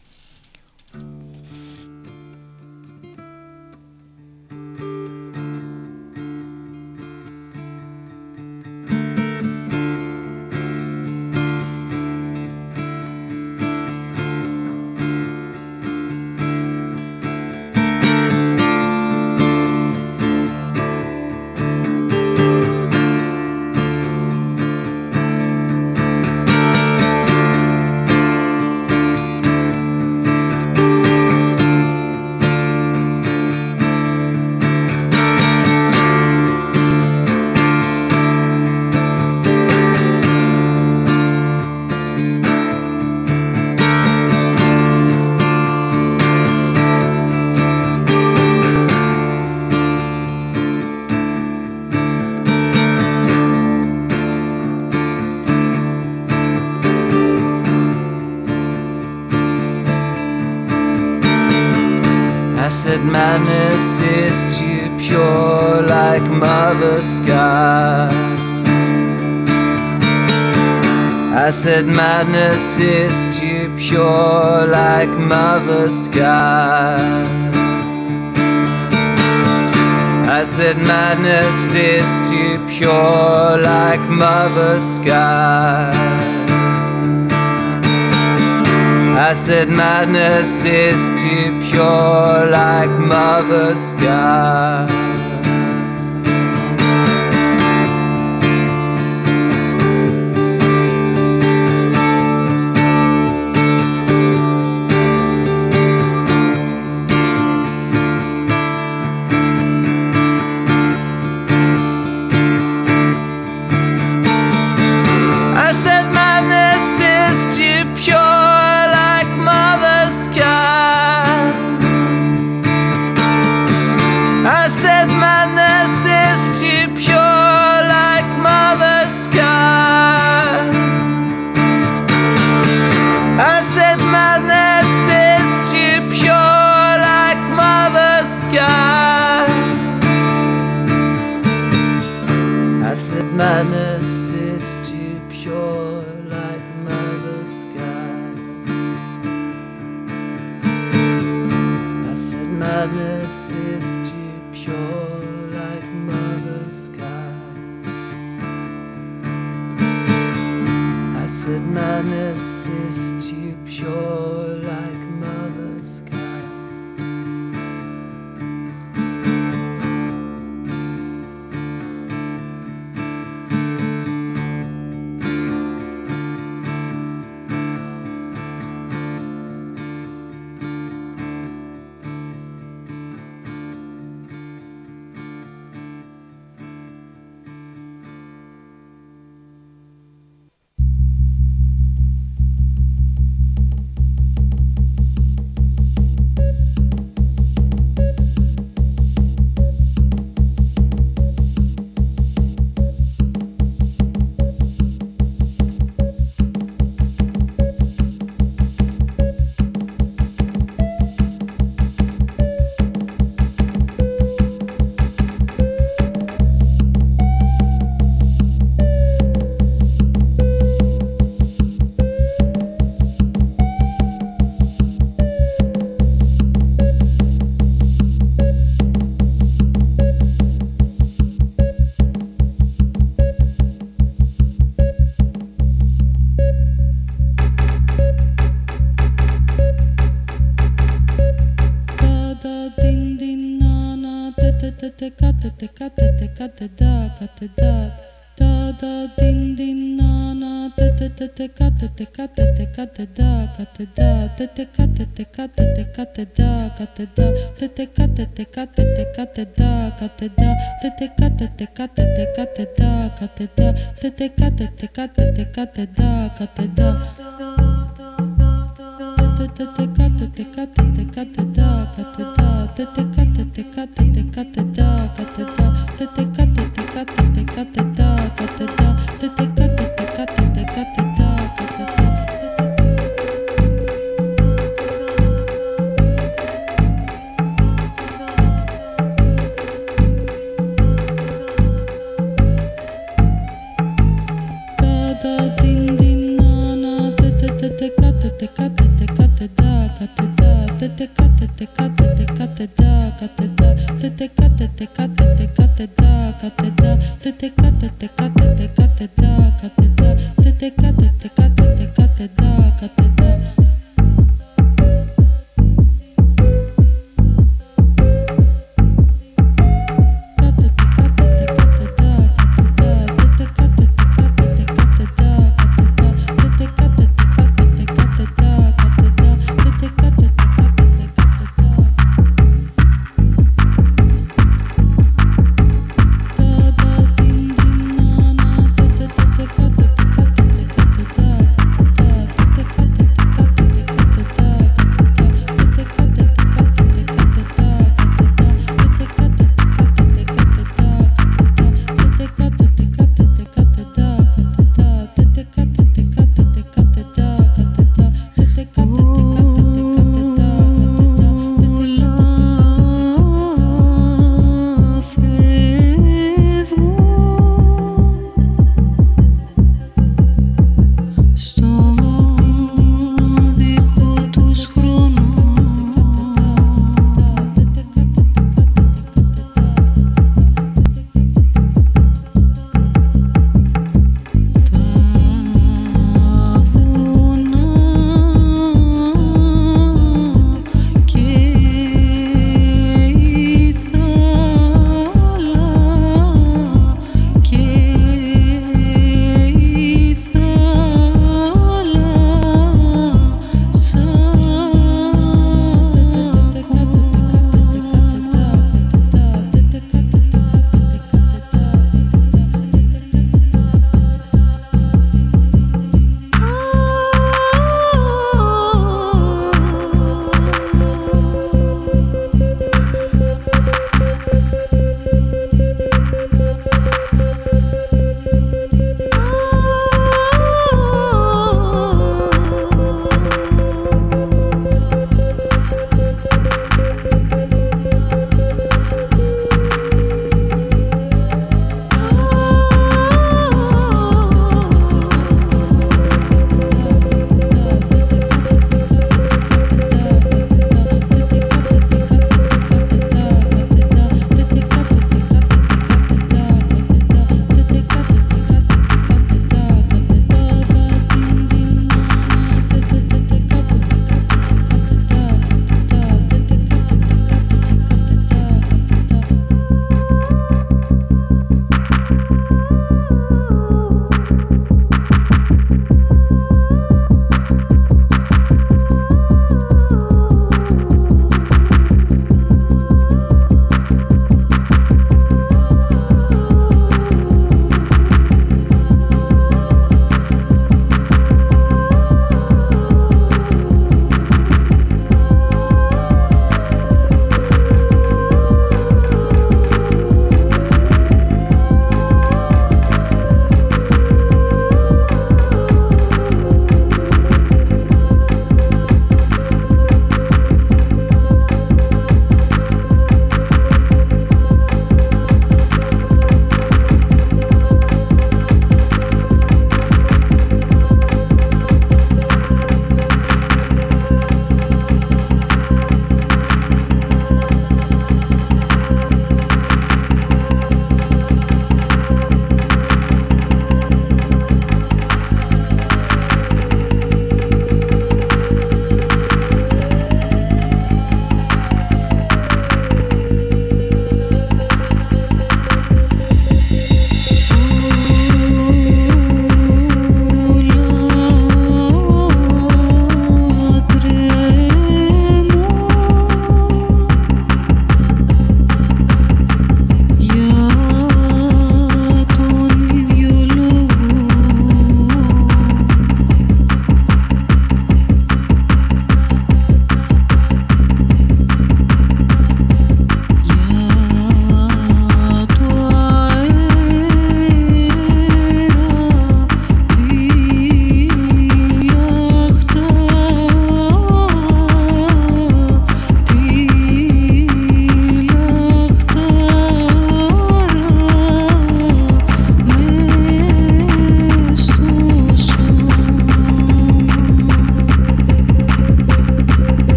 H: Acid madness is too pure like Mother Sky. Acid madness is too pure like Mother Sky. Acid madness is too pure like Mother Sky. Acid madness is too pure like Mother Sky. madness is too pure like mother sky. Acid madness is too pure like mother sky.
I: Cut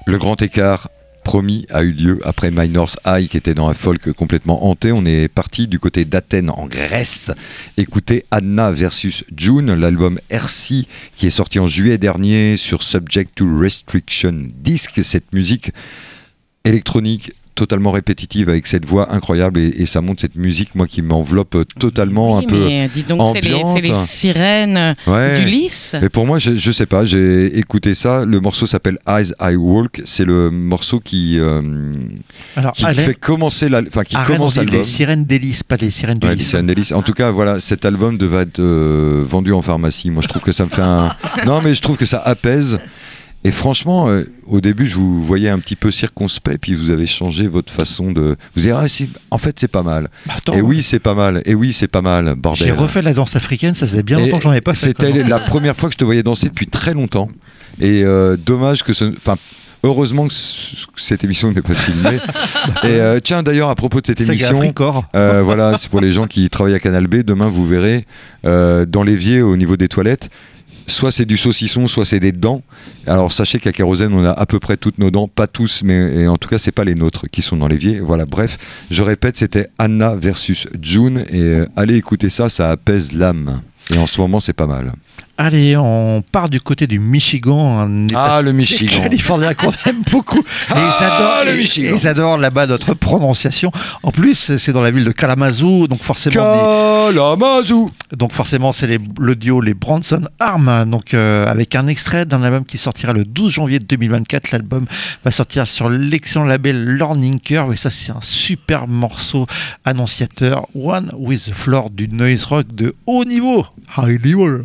B: Le grand écart promis a eu lieu après Minor's Eye qui était dans un folk complètement hanté. On est parti du côté d'Athènes en Grèce. Écoutez Anna versus June, l'album R C qui est sorti en juillet dernier sur Subject to Restriction Disc. Cette musique électronique totalement répétitive avec cette voix incroyable et, et ça montre cette musique moi qui m'enveloppe totalement
C: Oui,
B: un peu
C: mais dis donc, c'est les,
B: ambiante.
C: c'est les sirènes
B: Ouais.
C: d'Ulysse.
B: Mais pour moi, je, je sais pas, j'ai écouté ça. Le morceau s'appelle As I Walk. C'est le morceau qui, euh,
A: Alors,
B: qui
A: Alain,
B: fait commencer la, enfin qui
A: à Rennes, on
B: commence
A: dit
B: l'album.
A: les sirènes d'hélice, pas les sirènes
B: Ouais,
A: d'Ulysse.
B: les sirènes d'hélice. En tout cas, voilà, cet album devait être euh, vendu en pharmacie. Moi, je trouve que ça me fait un. Non, mais je trouve que ça apaise. Et franchement, euh, au début, je vous voyais un petit peu circonspect, puis vous avez changé votre façon de. Vous dites, ah, c'est... en fait, c'est pas mal.
A: Bah, attends,
B: Et oui, c'est pas mal. Et oui, c'est pas mal, bordel.
A: j'ai refait la danse africaine, ça faisait bien
B: Et
A: longtemps que j'en avais pas fait.
B: C'était
A: quoi.
B: la première fois que je te voyais danser depuis très longtemps. Et euh, dommage que ce. Enfin, heureusement que ce- cette émission n'est pas filmée. Et euh, tiens, d'ailleurs, à propos de cette
A: Saga
B: émission.
A: Africor.
B: Euh, voilà, c'est pour les gens qui travaillent à Canal B. Demain, vous verrez euh, dans l'évier au niveau des toilettes. Soit c'est du saucisson, soit c'est des dents. Alors sachez qu'à Kérosène, on a à peu près toutes nos dents, pas tous, mais et en tout cas, c'est pas les nôtres qui sont dans l'évier. Voilà, bref, je répète, c'était Anna versus June. Et euh, allez écouter ça, ça apaise l'âme. Et en ce moment, c'est pas mal.
A: Allez, on part du côté du Michigan, un état
B: Ah, le Michigan.
A: californien qu'on aime beaucoup. Et
B: Ah,
A: ils adorent,
B: le
A: et-
B: Michigan.
A: et ils adorent là-bas notre prononciation. En plus, c'est dans la ville de Kalamazoo, donc forcément,
B: Kalamazoo.
A: des- donc forcément, c'est les- le duo les Bronson Arm. Donc euh, avec un extrait d'un album qui sortira le douze janvier deux mille vingt-quatre. L'album va sortir sur l'excellent label Learning Curve. Et ça, c'est un super morceau annonciateur. One with the Floor, du noise rock de haut niveau. High level.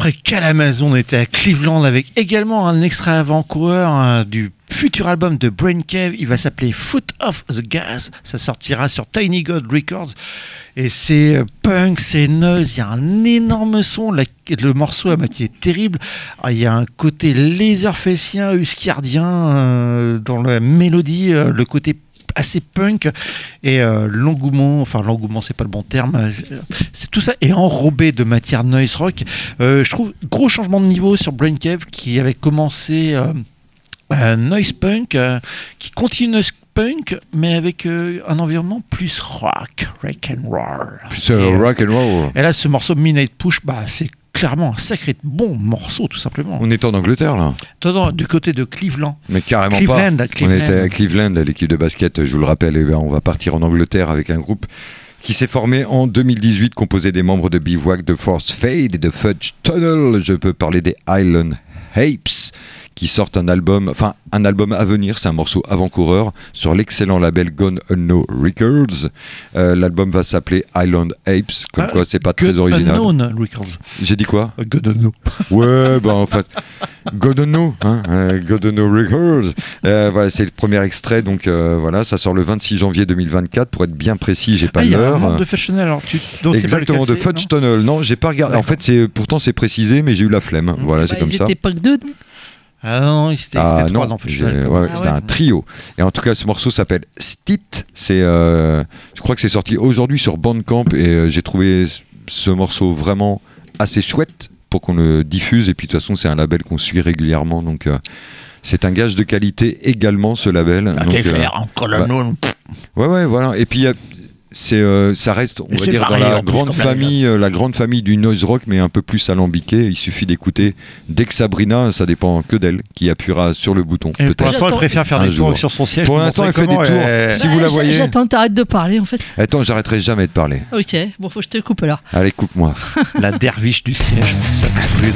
A: après Kalamazoo, on était à Cleveland avec également un extrait avant-coureur hein, du futur album de Brain Cave. Il va s'appeler Foot of the Gas. Ça sortira sur Tiny God Records. Et c'est euh, punk, c'est noise, il y a un énorme son. La- le morceau à moitié est terrible. Ah, il y a un côté laserfacien, huskardien euh, dans la mélodie, euh, le côté assez punk et euh, l'engouement, enfin l'engouement c'est pas le bon terme, euh, c'est tout ça est enrobé de matière noise rock. Euh, je trouve gros changement de niveau sur Brain Cave qui avait commencé euh, euh, noise punk, euh, qui continue noise punk mais avec euh, un environnement plus rock, rock and roll.
B: Plus
A: Et,
B: euh,
A: euh,
B: rock and roll.
A: et là ce morceau Midnight Push, bah c'est clairement un sacré bon morceau tout simplement.
B: On est en Angleterre là,
A: Attends, du côté de Cleveland.
B: mais carrément
A: Cleveland,
B: pas.
A: Cleveland.
B: On était à Cleveland, l'équipe de basket, je vous le rappelle. Et ben, on va partir en Angleterre avec un groupe qui s'est formé en deux mille dix-huit, composé des membres de Bivouac, de Force Fade et de Fudge Tunnel. Je peux parler des Island Apes, qui sortent un album, enfin un album à venir, c'est un morceau avant-coureur sur l'excellent label Gone Unknown Records. Euh, L'album va s'appeler Island Apes, comme
A: Ah,
B: quoi c'est pas très
A: God
B: original.
A: Unknown Records.
B: J'ai dit quoi?
A: Euh, God Unknown.
B: Ouais, bah en fait, God Unknown, hein, euh, God Unknown Records. Euh, voilà, c'est le premier extrait, donc euh, voilà, ça sort le vingt-six janvier deux mille vingt-quatre. Pour être bien précis, j'ai pas
A: Ah, il y a un
B: l'heure.
A: membre de Fashion alors tu donc c'est pas
B: Exactement,
A: lequel
B: de
A: c'est,
B: Fudge
A: non
B: Tunnel. Non, j'ai pas regardé. En
A: D'accord.
B: fait, c'est pourtant c'est précisé, mais j'ai eu la flemme. Voilà, c'est
F: Bah,
B: comme
F: ils
B: ça.
F: étaient pas que deux, non
A: Ah non, il c'était
B: Ah
A: c'était trois
B: non,
A: dans
B: j'ai-
A: Fashion.
B: ouais,
F: Ah
B: c'était
F: ouais.
B: un trio. Et en tout cas, ce morceau s'appelle Stit. C'est, euh, je crois que c'est sorti aujourd'hui sur Bandcamp et euh, j'ai trouvé ce morceau vraiment assez chouette pour qu'on le diffuse. Et puis de toute façon, c'est un label qu'on suit régulièrement, donc euh, c'est un gage de qualité également ce label.
A: Ah,
B: Donc,
A: t'es
B: euh,
A: clair, encore le
B: bah,
A: nom.
B: ouais, ouais, voilà. Et puis il y a- c'est, euh, ça reste, on
A: Et
B: va
A: c'est
B: dire, dans
A: varié,
B: la
A: en plus,
B: grande
A: comme
B: famille, euh, la grande famille du noise rock, mais un peu plus alambiqué. Il suffit d'écouter dès que Sabrina, ça dépend que d'elle, qui appuiera sur le bouton.
A: Et pour
B: Peut-être.
A: l'instant, elle
F: J'attends-
A: préfère faire
B: Un
A: des
B: jour.
A: tours sur son siège.
B: Pour
A: pour
B: l'instant,
A: montrer
B: elle fait des
A: comment
B: tours.
A: elle-
B: Si vous la
F: Bah,
B: voyez.
F: J'attends, t'arrêtes de parler en fait.
B: Attends, j'arrêterai jamais de parler.
F: Ok, bon, faut que je te coupe alors.
B: Allez, coupe-moi.
A: La derviche du siège, ça te rude.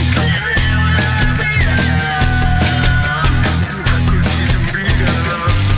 E: Thank you.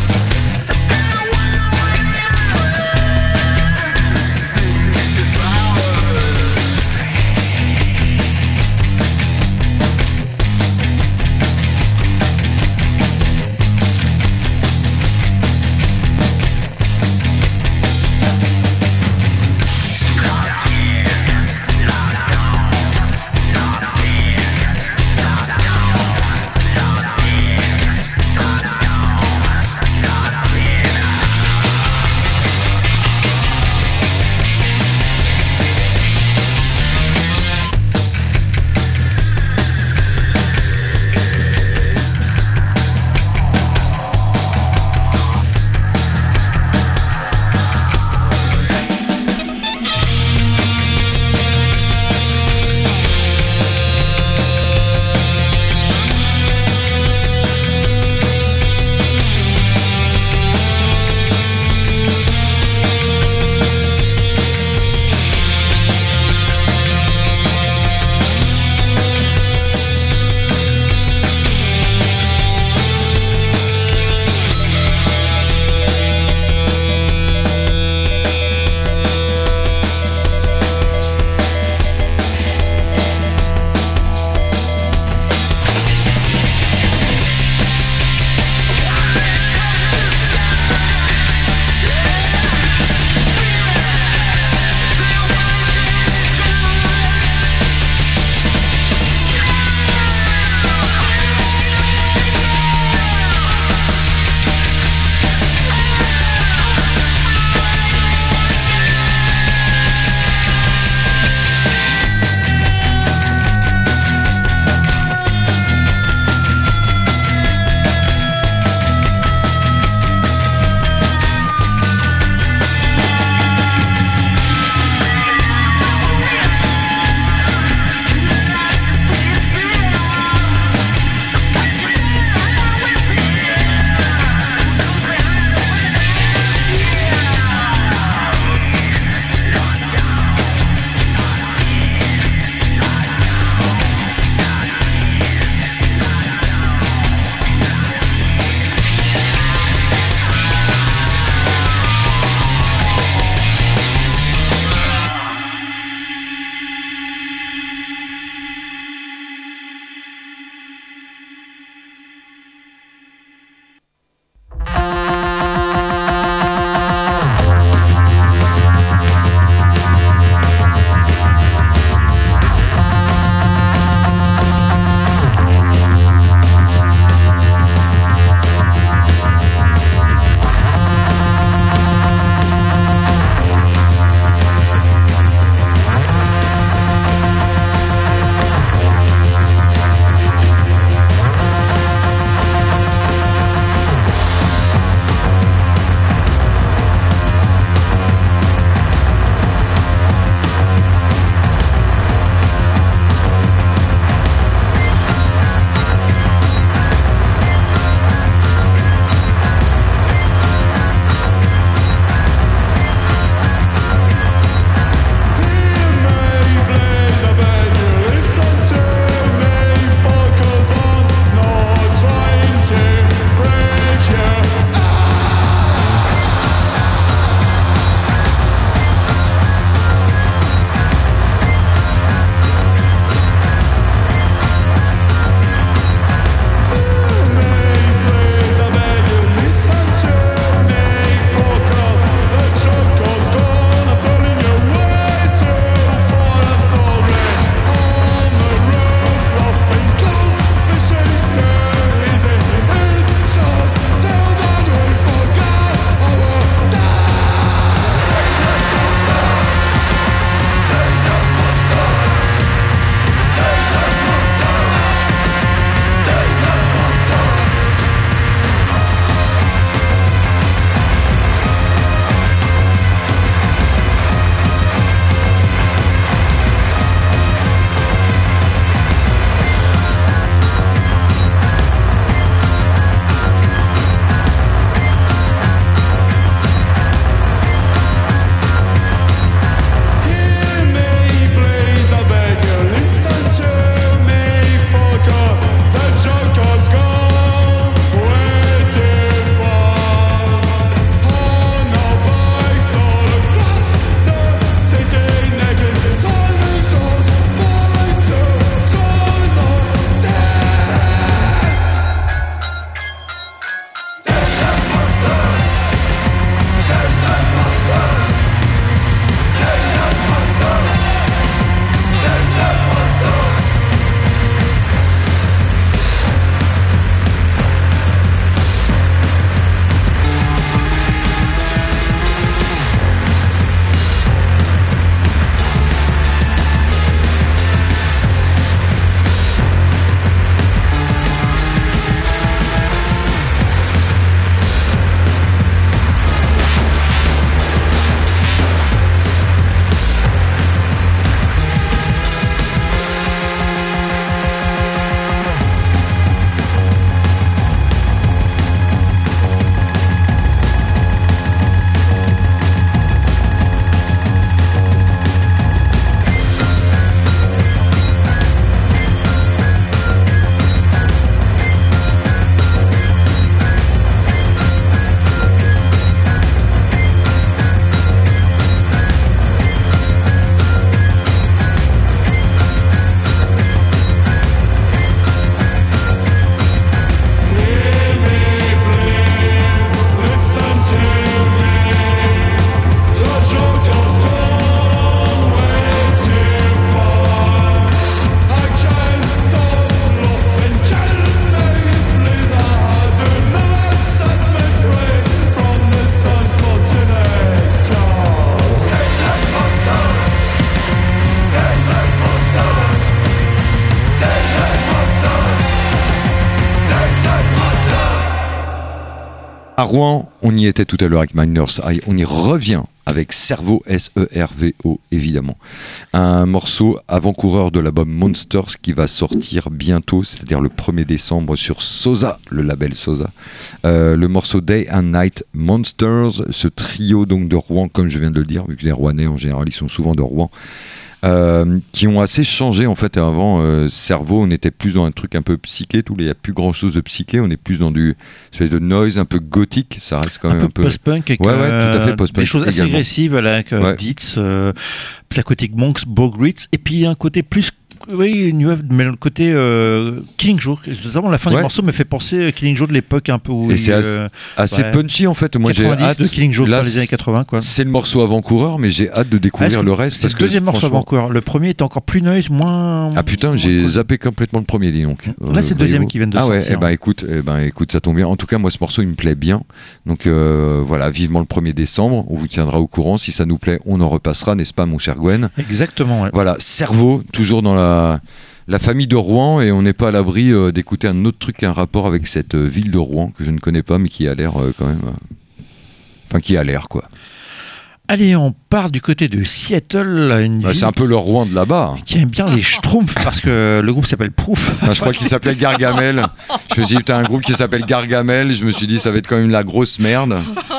B: À Rouen, on y était tout à l'heure avec Miners High, on y revient avec Servo, S E R V O évidemment. Un morceau avant-coureur de l'album Monsters qui va sortir bientôt, c'est-à-dire le premier décembre sur Sosa, le label Sosa. Euh, le morceau Day and Night Monsters, ce trio donc de Rouen, comme je viens de le dire, vu que les Rouennais en général ils sont souvent de Rouen. Euh, qui ont assez changé en fait. Avant euh, Servo, on était plus dans un truc un peu psyché, tout, il n'y a plus grand chose de psyché, on est plus dans du espèce de noise un peu gothique, ça reste quand
A: un
B: même
A: peu
B: un peu
A: post-punk avec
B: ouais, ouais,
A: euh,
B: tout à fait, post-punk
A: des choses assez
B: également.
A: agressives avec euh,
B: Ouais.
A: Ditz, euh, Psychotic Monks, Bogritz, et puis un côté plus oui, New Wave, mais le côté euh, Killing Joe, notamment la fin
B: Ouais.
A: du morceau me fait penser à Killing Joe de l'époque un peu où
B: Et
A: il,
B: c'est
A: euh,
B: assez
A: ouais.
B: punchy en fait. Moi j'ai
A: quatre-vingt-dix
B: hâte
A: de Killing Joe
B: là,
A: dans les années quatre-vingts quoi.
B: c'est le morceau avant-coureur, mais j'ai hâte de découvrir
A: Ah,
B: le reste.
A: C'est
B: parce
A: le
B: que,
A: deuxième morceau
B: franchement-
A: avant-coureur. Le premier était encore plus noise, moins.
B: Ah putain,
A: moins
B: j'ai
A: cool.
B: zappé complètement le premier, dis donc.
A: Là,
B: Euh,
A: c'est le deuxième
B: voyez-vous.
A: qui vient de
B: Ah ouais,
A: sortir.
B: eh ben écoute, eh ben écoute, ça tombe bien. En tout cas, moi ce morceau il me plaît bien. Donc euh, voilà, vivement le premier décembre. On vous tiendra au courant. Si ça nous plaît, on en repassera, n'est-ce pas, mon cher Gwen?
A: Exactement. Ouais.
B: Voilà, Servo, toujours dans la, la famille de Rouen, et on n'est pas à l'abri euh, d'écouter un autre truc, un rapport avec cette euh, ville de Rouen que je ne connais pas, mais qui a l'air euh, quand même. euh, Enfin, qui a l'air quoi.
A: Allez, on part du côté de Seattle, une
B: Bah,
A: ville
B: c'est un peu le Rouen de là-bas.
A: qui aime bien les Schtroumpfs parce que le groupe s'appelle Proof.
B: Enfin, je crois qu'il s'appelait Gargamel. Je me suis dit, putain, un groupe qui s'appelle Gargamel. Je me suis dit, ça va être quand même la grosse merde.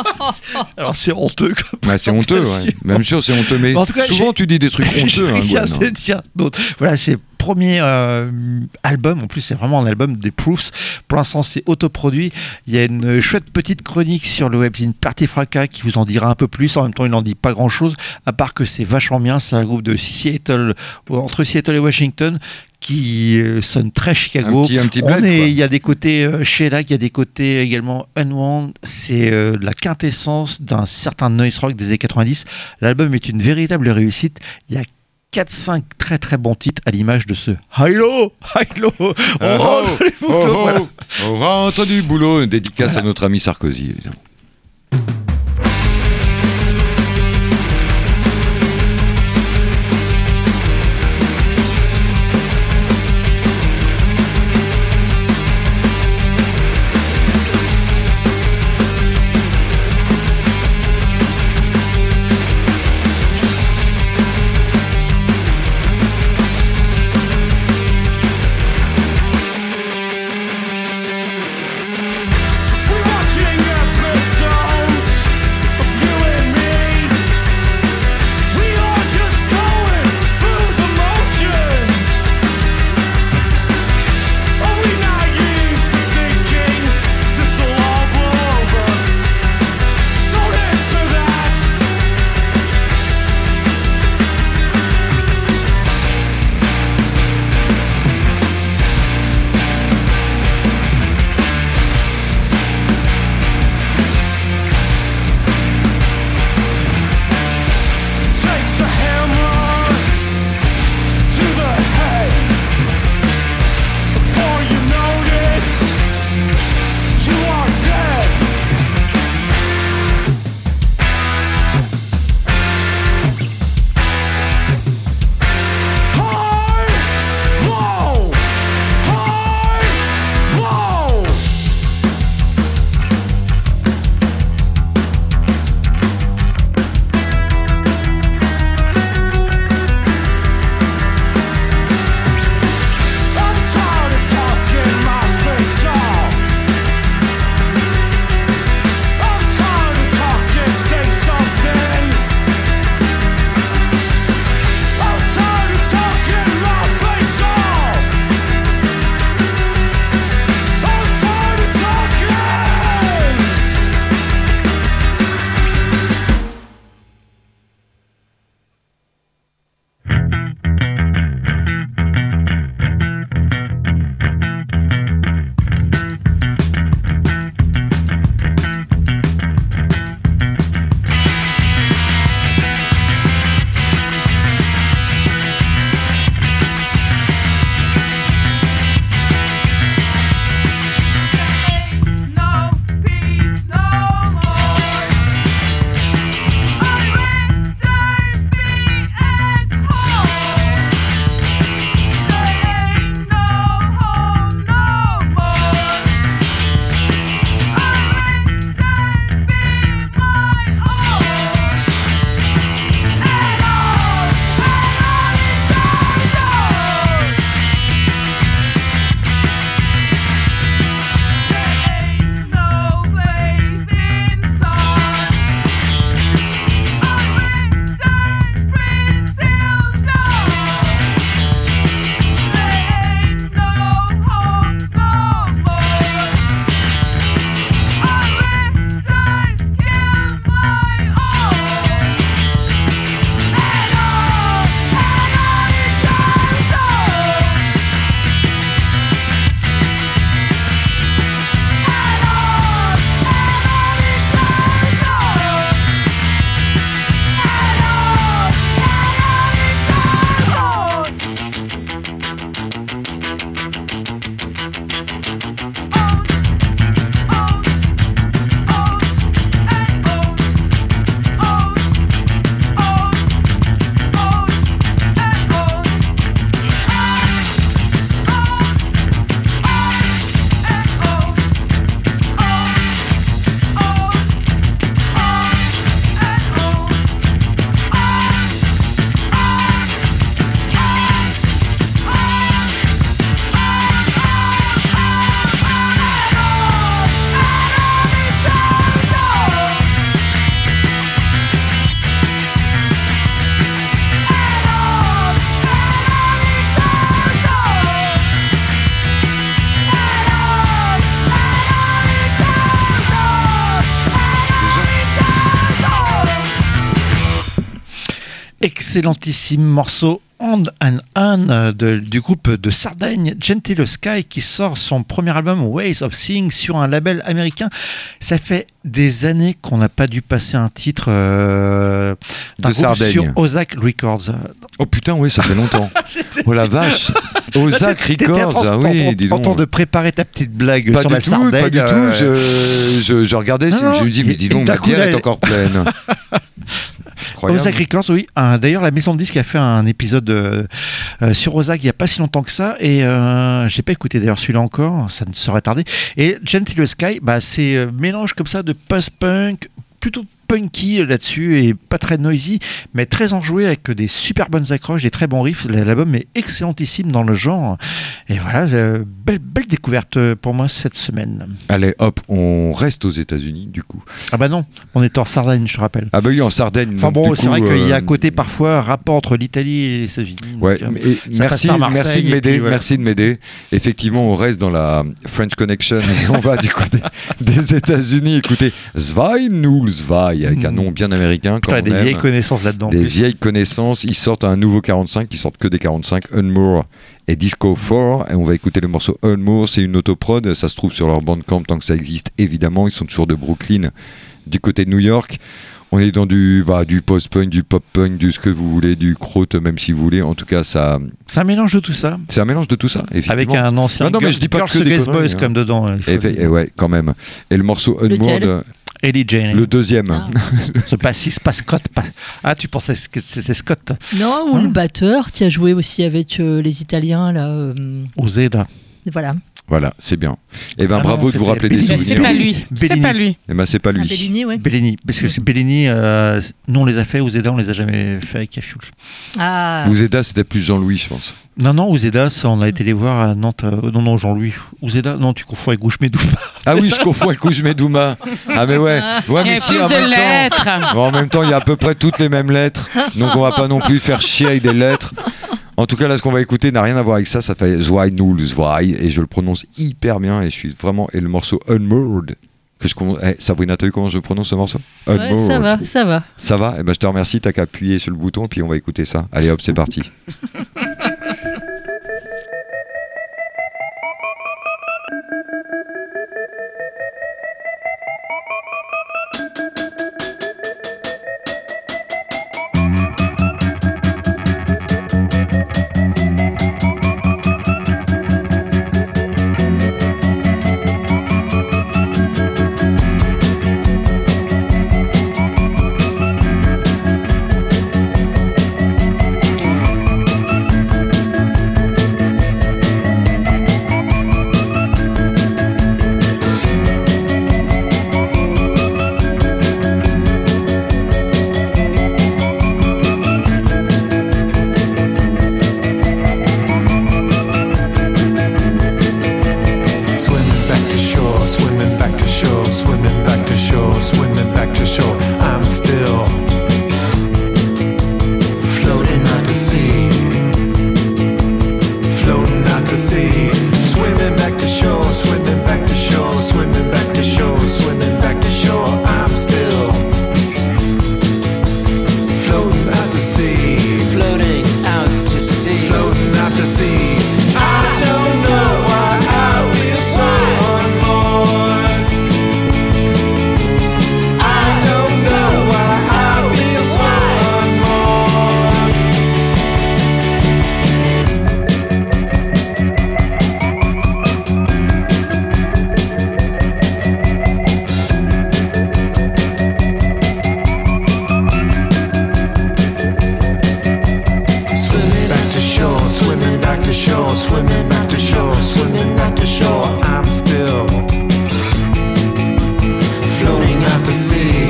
A: Alors c'est honteux. Quoi.
B: Ouais, c'est honteux, ouais. Même sûr, c'est honteux. Mais
A: En tout cas,
B: souvent,
A: j'ai-
B: tu dis des trucs
A: J'ai
B: honteux. Hein,
A: rien
B: Gwen.
A: à dire d'autre. Voilà, c'est premier euh, album. En plus, c'est vraiment un album des Proofs. Pour l'instant, c'est autoproduit. Il y a une chouette petite chronique sur le webzine Party Fracas qui vous en dira un peu plus. En même temps, il n'en dit pas grand-chose, à part que c'est vachement bien. C'est un groupe de Seattle, entre Seattle et Washington, qui euh, sonne très Chicago.
B: Un petit- un petit
A: On
B: bled,
A: est-
B: quoi.
A: Il y a des côtés euh, Shellac, il y a des côtés également Unwound. C'est euh, la quintessence d'un certain noise rock des années quatre-vingt-dix. L'album est une véritable réussite. Il y a quatre cinq très très bons titres à l'image de ce Hello, Hello.
B: Oh,
A: On
B: oh,
A: rentre du
B: oh,
A: boulot,
B: oh,
A: voilà.
B: on rentre du boulot. Une dédicace à notre ami Sarkozy, évidemment.
E: Watching episodes
A: Excellentissime morceau On and On de- du groupe de Sardaigne Gentle Sky qui sort son premier album Ways of Seeing sur un label américain. Ça fait des années qu'on n'a pas dû passer un titre euh, d'un
B: De
A: groupe
B: Sardaigne.
A: sur Ozak Records.
B: Oh putain, oui, ça fait longtemps. Oh la vache. Ozak
A: T'étais en
B: Records,
A: train-
B: ah
A: en-
B: oui,
A: en-
B: dis
A: en
B: donc.
A: train de préparer ta petite blague
B: Pas
A: sur
B: du
A: la
B: tout,
A: Sardaigne.
B: pas du tout.
A: euh,
B: Je, je, je regardais,
A: Non, non,
B: je me dis, mais
A: et-
B: dis
A: et
B: donc,
A: d'un
B: ma
A: coup,
B: bière
A: là,
B: est
A: elle-
B: encore pleine. Incroyable.
A: Ozak Records, oui. Un- D'ailleurs, la maison de disques a fait un épisode euh, euh, sur Ozak il n'y a pas si longtemps que ça. Et euh, j'ai pas écouté d'ailleurs celui-là encore, ça ne serait tardé. Et Gentle Sky, bah, c'est euh, mélange comme ça de post-punk, plutôt punky là-dessus et pas très noisy, mais très enjoué avec des super bonnes accroches, des très bons riffs. L'album est excellentissime dans le genre. Et voilà, euh, belle, belle découverte pour moi cette semaine.
B: Allez, hop, on reste aux États-Unis, du coup.
A: Ah bah non, on est en Sardaigne, je te rappelle.
B: Ah bah oui, en Sardaigne.
A: Enfin
B: donc,
A: bon,
B: du
A: c'est
B: coup,
A: vrai qu'il y a à
B: euh,
A: côté parfois un rapport entre l'Italie et les États-Unis. donc,
B: Ouais,
A: euh,
B: et
A: ça passe
B: merci,
A: par Marseille,
B: merci de
A: et
B: m'aider,
A: puis voilà.
B: merci de m'aider. Effectivement, on reste dans la French Connection et on va du côté des États-Unis. Écoutez, Zwei null zwei, avec un nom bien américain.
A: Putain,
B: Comme
A: des
B: on aime.
A: vieilles connaissances là-dedans. en
B: Des
A: plus.
B: vieilles connaissances. Ils sortent un nouveau quarante-cinq, ils sortent que des quarante-cinq, Unmoor et Disco quatre. Et on va écouter le morceau Unmoor, c'est une autoprod, ça se trouve sur leur Bandcamp tant que ça existe, évidemment. Ils sont toujours de Brooklyn, du côté de New York. On est dans du, bah, du post-punk, du pop-punk, du ce que vous voulez, du croûte, même si vous voulez. En tout cas, ça,
A: C'est un mélange de tout ça.
B: c'est un mélange de tout ça, effectivement.
A: Avec un ancien
B: Non, non, mais
A: Girls-
B: je dis pas
A: Girls
B: que des
A: Against
B: conneries,
A: Boys
B: hein.
A: comme dedans. il faut
B: Et,
A: dire.
B: et ouais, quand même. Et le morceau Unmoored,
F: Lequel
A: Ellie Jane.
B: le deuxième.
F: Ah.
A: C'est pas Six, pas Scott. Pas... Ah, tu pensais que c'était Scott
F: Non, ou
A: Hein
F: le batteur qui a joué aussi avec euh, les Italiens, là. euh,
A: ou Zeda.
F: voilà.
B: Voilà, c'est bien. Et ben
A: Ah
B: bravo
A: non,
B: de vous
A: c'était
B: rappeler des
A: Bellini.
C: Mais c'est
B: souvenirs.
C: pas lui. C'est
A: Bellini.
C: pas lui.
B: Et ben c'est pas
F: Ah,
B: lui.
F: Bellini, ouais.
A: Bellini. Parce que c'est Bellini, euh, nous on les a fait, Ouzeda on les a jamais fait avec Kafioul.
F: Ah,
B: Ouzeda, c'était plus Jean-Louis, je pense.
A: Non, non, Ouzeda, ça, on a été les voir à Nantes. euh, non, non, Jean-Louis. Ouzeda, non, tu confonds avec Gouchmedou.
B: Ah oui, je confonds avec Oujme Douma. Ah mais ouais. Ouais,
C: Il y
B: mais
C: a
B: si,
C: plus
B: en
C: de
B: même temps.
C: lettres.
B: Bon, en même temps, il y a à peu près toutes les mêmes lettres. Donc on va pas non plus faire chier avec des lettres. En tout cas, là, ce qu'on va écouter n'a rien à voir avec ça. Ça fait Zwei null zwei et je le prononce hyper bien. Et je suis vraiment. Et le morceau Unmoored. Que je... eh, Sabrina, t'as vu comment je prononce ce morceau?
F: ouais, ça va, ça va.
B: Ça va? Eh ben, je te remercie. T'as qu'à appuyer sur le bouton et puis on va écouter ça. Allez hop, c'est parti.
H: Swimming back to shore, swimming back to shore, swimming back to shore, swimming back to shore. I'm still floating out to sea, floating out to sea. Swimming back to shore, swimming back to shore, swimming back to shore, swimming back to shore. I'm still floating out to sea, floating out to sea, floating out to sea. I don't know why I feel so unmoored. I don't know why I feel so unmoored. Swimming back to shore, swimming back to shore, swimming back to shore, swimming back to shore. I'm still floating out to sea,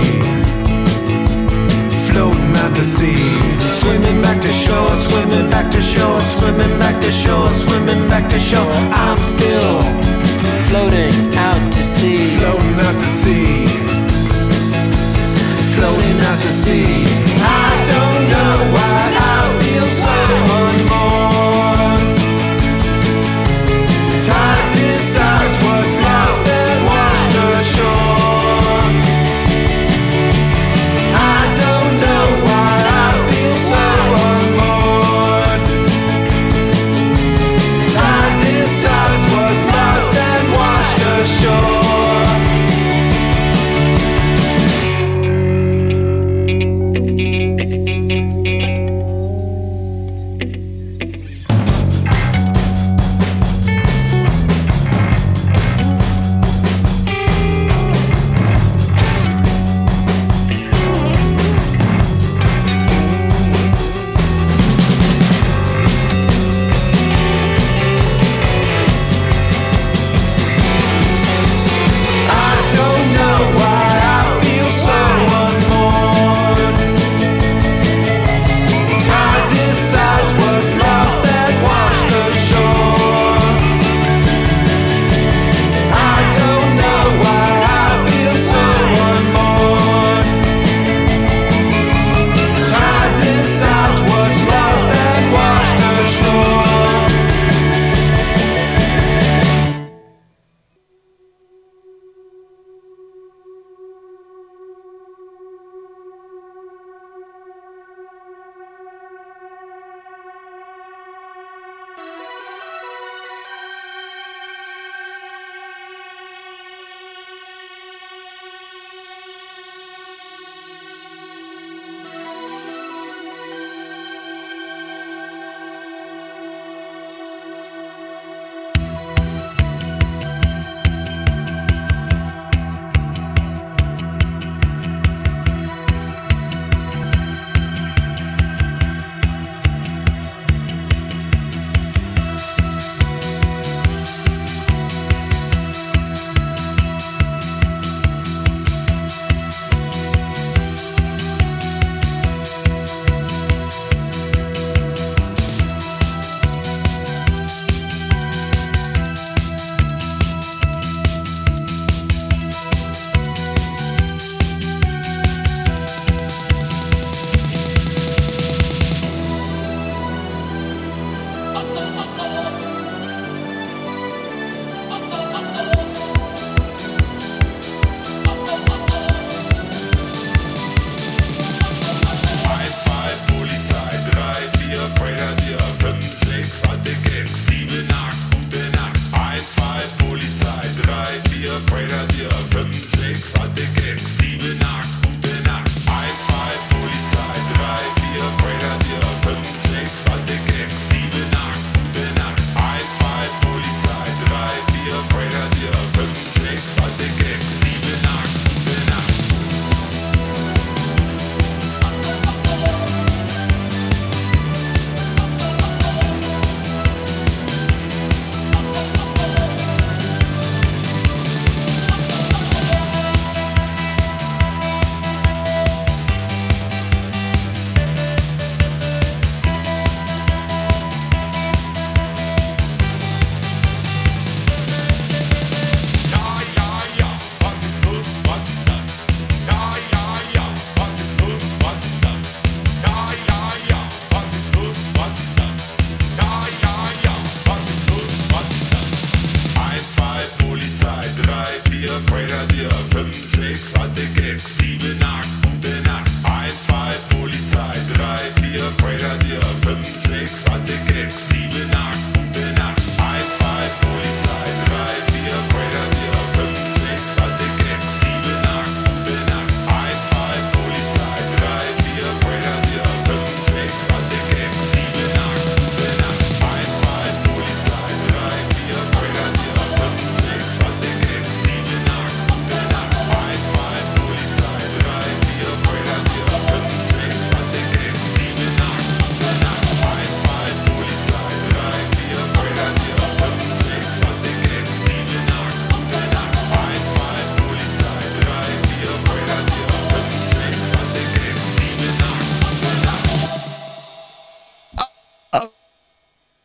H: floating out to sea. Swimming back to shore, swimming back to shore, swimming back to shore, swimming back to shore. I'm still floating out to sea, floating out to sea, floating out to sea. I don't know why I feel so unmoored. Time decides what's lost and washed ashore. I don't know why I feel so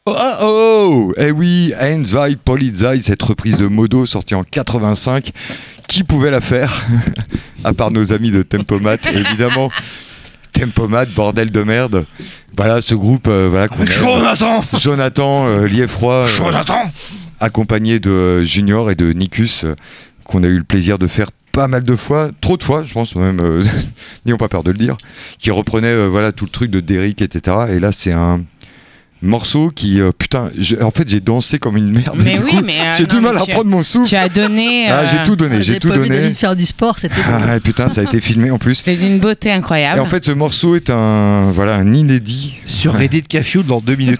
B: Oh, oh, oh eh oui, Enzai Polizei, cette reprise de Modo sortie en quatre-vingt-cinq. Qui pouvait la faire à part nos amis de Tempomat, évidemment. Tempomat, bordel de merde. Voilà ce groupe. Euh, voilà, qu'on
A: Avec
B: aime.
A: Jonathan
B: Jonathan, euh, Lieffroy. euh,
A: Jonathan
B: accompagné de Junior et de Nikus, euh, qu'on a eu le plaisir de faire pas mal de fois, trop de fois, je pense même, euh, n'ayons pas peur de le dire, qui reprenait euh, voilà, tout le truc de Derrick, et cetera. Et là, c'est un morceau qui, euh, putain, je- en fait, j'ai dansé comme une merde.
C: Mais
B: Du
C: oui,
B: coup,
C: mais, euh,
B: j'ai
C: non,
B: du mal
C: mais
B: à
C: tu-
B: prendre mon souffle.
C: Tu as donné.
B: Ah,
C: euh,
B: j'ai tout donné,
F: Vous
B: j'ai
F: avez
B: tout
F: pas vu
B: donné.
F: David faire du sport, c'était beau.
B: Ah, putain, ça a été filmé en plus.
C: C'est d'une beauté incroyable.
B: Et en fait, ce morceau est un, voilà, un inédit.
A: Sur Reddit Café dans deux minutes.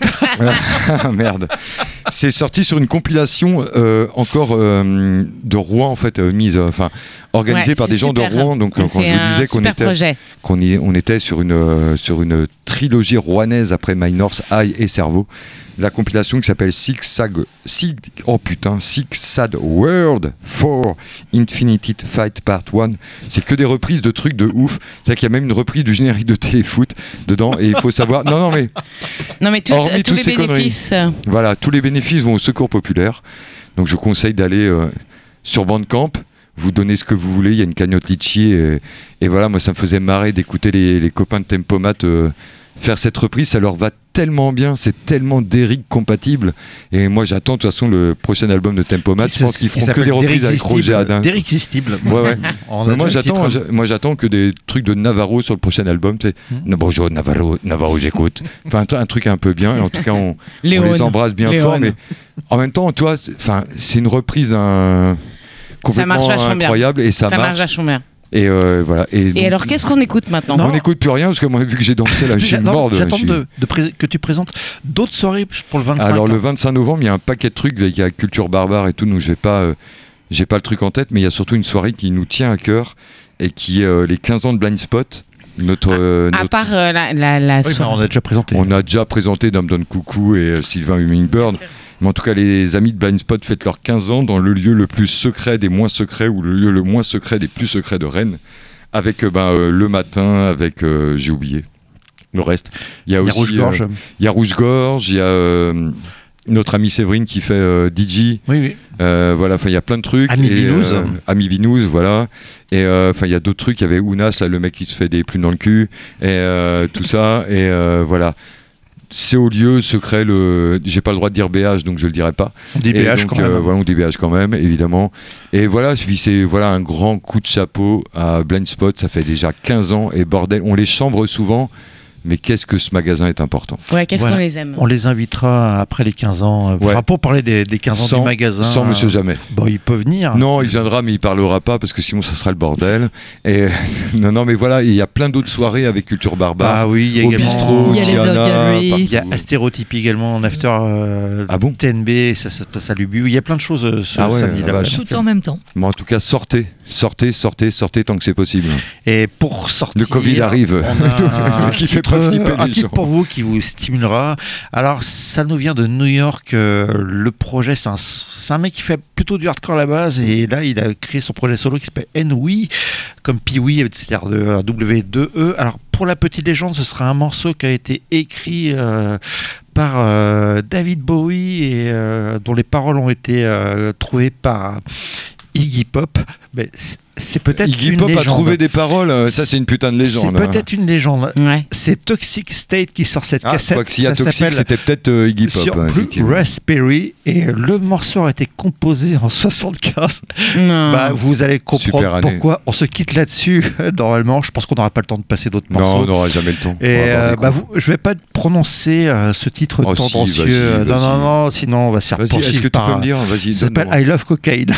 B: Ah, merde. C'est sorti sur une compilation euh, encore euh, de Rouen, en fait, euh, mise, euh, enfin, organisée
C: Ouais,
B: par
C: c'est
B: des gens
C: super.
B: de Rouen. Donc, quand
C: C'est
B: je vous
C: un
B: disais qu'on
C: super
B: était,
C: projet.
B: qu'on y- on était sur une, euh, sur une trilogie rouennaise après My North, Eye et Cerveau. La compilation qui s'appelle Six Sag, Six, oh putain, Six Sad World for Infinity Fight Part un. C'est que des reprises de trucs de ouf. C'est-à-dire qu'il y a même une reprise du générique de Téléfoot dedans. Et il faut savoir. Non, non, mais
C: Non, mais tout-
B: Hormis
C: tous
B: toutes
C: les
B: ces conneries.
C: bénéfices. euh,
B: voilà, tous les bénéfices vont au Secours Populaire. Donc je conseille d'aller euh, sur Bandcamp. Vous donnez ce que vous voulez. Il y a une cagnotte litchi. Et, et voilà, moi, ça me faisait marrer d'écouter les, les copains de Tempomat euh, faire cette reprise. Ça leur va tellement bien. C'est tellement Derrick compatible. Et moi, j'attends de toute façon le prochain album de Tempomat. Je pense qu'ils feront que des reprises avec Roger Hadin.
A: D'irrésistible.
B: Ouais, ouais.
A: On a
B: Mais moi,
A: déjà le
B: j'attends,
A: titre.
B: je- moi, j'attends que des trucs de Navarro sur le prochain album. Tu sais. No, bonjour, Navarro, Navarro, j'écoute. Enfin, un, tr- un truc un peu bien. Et en tout cas, on, on
C: Léon.
B: les embrasse bien
C: Léon.
B: fort. Mais en même temps, toi, c'est- enfin, c'est une reprise un, complètement
C: marche vachement bien.
B: incroyable et ça,
C: Ça marche
B: marche.
C: vachement bien.
B: Et euh, voilà. Et, donc,
C: Et alors, qu'est-ce qu'on écoute maintenant
B: on n'écoute plus rien parce que moi, vu que j'ai dansé là, je suis
A: Non,
B: mort de.
A: J'attends
B: je suis-
A: de, de pré- que tu présentes d'autres soirées pour le vingt-cinq.
B: Alors le
A: hein.
B: vingt-cinq novembre, il y a un paquet de trucs, il y a Culture Barbare et tout, donc je vais pas, euh, j'ai pas le truc en tête, mais il y a surtout une soirée qui nous tient à cœur et qui est euh, les quinze ans de Blind Spot. Notre, euh,
C: À
B: notre-
C: part euh, la, la, la
A: Oui, mais
C: soirée.
A: on a déjà présenté.
B: on a déjà présenté Dame Don Coucou et euh, Sylvain Hummingbird. Mais en tout cas, les amis de Blind Spot fêtent leurs quinze ans dans le lieu le plus secret des moins secrets ou le lieu le moins secret des plus secrets de Rennes. Avec euh, ben, euh, le matin, avec euh, j'ai oublié le reste. Il y a
A: Il y a
B: aussi
A: Rouge-Gorge.
B: euh, il y a Rouge-Gorge, il y a euh, notre amie Séverine qui fait euh, D J.
A: Oui, oui.
B: Euh, voilà, enfin il y a plein de trucs.
A: Ami
B: Et,
A: Binous.
B: euh, Ami Binous, voilà. Et euh, enfin il y a d'autres trucs. Il y avait Ounas, là, le mec qui se fait des plumes dans le cul, et euh, tout ça. Et euh, voilà. C'est au lieu secret. Le, j'ai pas le droit de dire B H, donc je le dirai pas.
A: On dit B
B: Et
A: H
B: donc,
A: quand même.
B: euh, voilà, on dit B H quand même, évidemment. Et voilà, puis c'est voilà un grand coup de chapeau à Blind Spot. Ça fait déjà quinze ans et bordel, on les chambre souvent. Mais qu'est-ce que ce magasin est important.
C: Ouais, qu'est-ce
A: Voilà.
C: qu'on les aime.
A: On les invitera après les quinze ans. euh,
B: Ouais.
A: Enfin, pour parler des, des quinze ans
B: Sans,
A: du magasin.
B: sans Monsieur Jamais.
A: Bon, il peut venir.
B: Non, il viendra, mais il parlera pas parce que sinon ça sera le bordel. Et non, non, mais voilà, il y a plein d'autres soirées avec Culture Barbare.
A: Ah oui, il y a
B: au
A: également.
B: bistrot,
F: Il y a les
B: Diana,
F: Dog Gallery.
B: partout.
A: Il y a Astérotypie également en after euh,
B: Ah bon
A: T N B, ça, ça, ça, ça lui bu. Il y a plein de choses euh, ce
B: Ah ouais,
A: samedi
B: la
A: là.
B: vache.
F: Tout en même temps.
B: Mais en tout cas, sortez, sortez, sortez, sortez tant que c'est possible.
A: Et pour sortir,
B: Le Covid arrive.
A: on a un,
B: Qui fait
A: titre,
B: pas flipper
A: un
B: les
A: titre
B: gens.
A: pour vous qui vous stimulera. Alors, ça nous vient de New York. euh, le projet, c'est un, c'est un mec qui fait plutôt du hardcore à la base. Et là, il a créé son projet solo qui s'appelle N-Wee, comme Pee-Wee, c'est-à-dire de W deux E. Alors, pour la petite légende, ce sera un morceau qui a été écrit euh, par euh, David Bowie et euh, dont les paroles ont été euh, trouvées par Iggy Pop. Mais c'est- c'est peut-être
B: Iggy
A: une
B: Pop
A: légende.
B: a trouvé des paroles, euh, ça c'est une putain de légende.
A: C'est
B: hein.
A: peut-être une légende.
C: Ouais.
A: C'est Toxic State qui sort cette
B: Ah, je
A: cassette.
B: crois que s'il y a
A: Ça
B: Toxic,
A: s'appelle
B: c'était peut-être euh, Iggy Pop.
A: sur
B: hein,
A: Blue
B: effectivement.
A: Raspberry et le morceau a été composé en soixante-quinze.
C: Non.
A: Bah, vous allez
B: Super
A: comprendre
B: année.
A: pourquoi on se quitte là-dessus. Normalement, je pense qu'on n'aura pas le temps de passer d'autres
B: Non,
A: morceaux.
B: on n'aura jamais le temps.
A: Et
B: On va avoir
A: euh,
B: des
A: bah,
B: coups.
A: vous, je vais pas prononcer euh, ce titre
B: Oh, si,
A: tendancieux.
B: vas-y,
A: non,
B: vas-y.
A: non, non, sinon on va se faire
B: Vas-y, est-ce
A: poursuivre
B: que tu
A: par.
B: peux me dire Vas-y,
A: Ça s'appelle
B: donne-moi.
A: I Love Cocaine.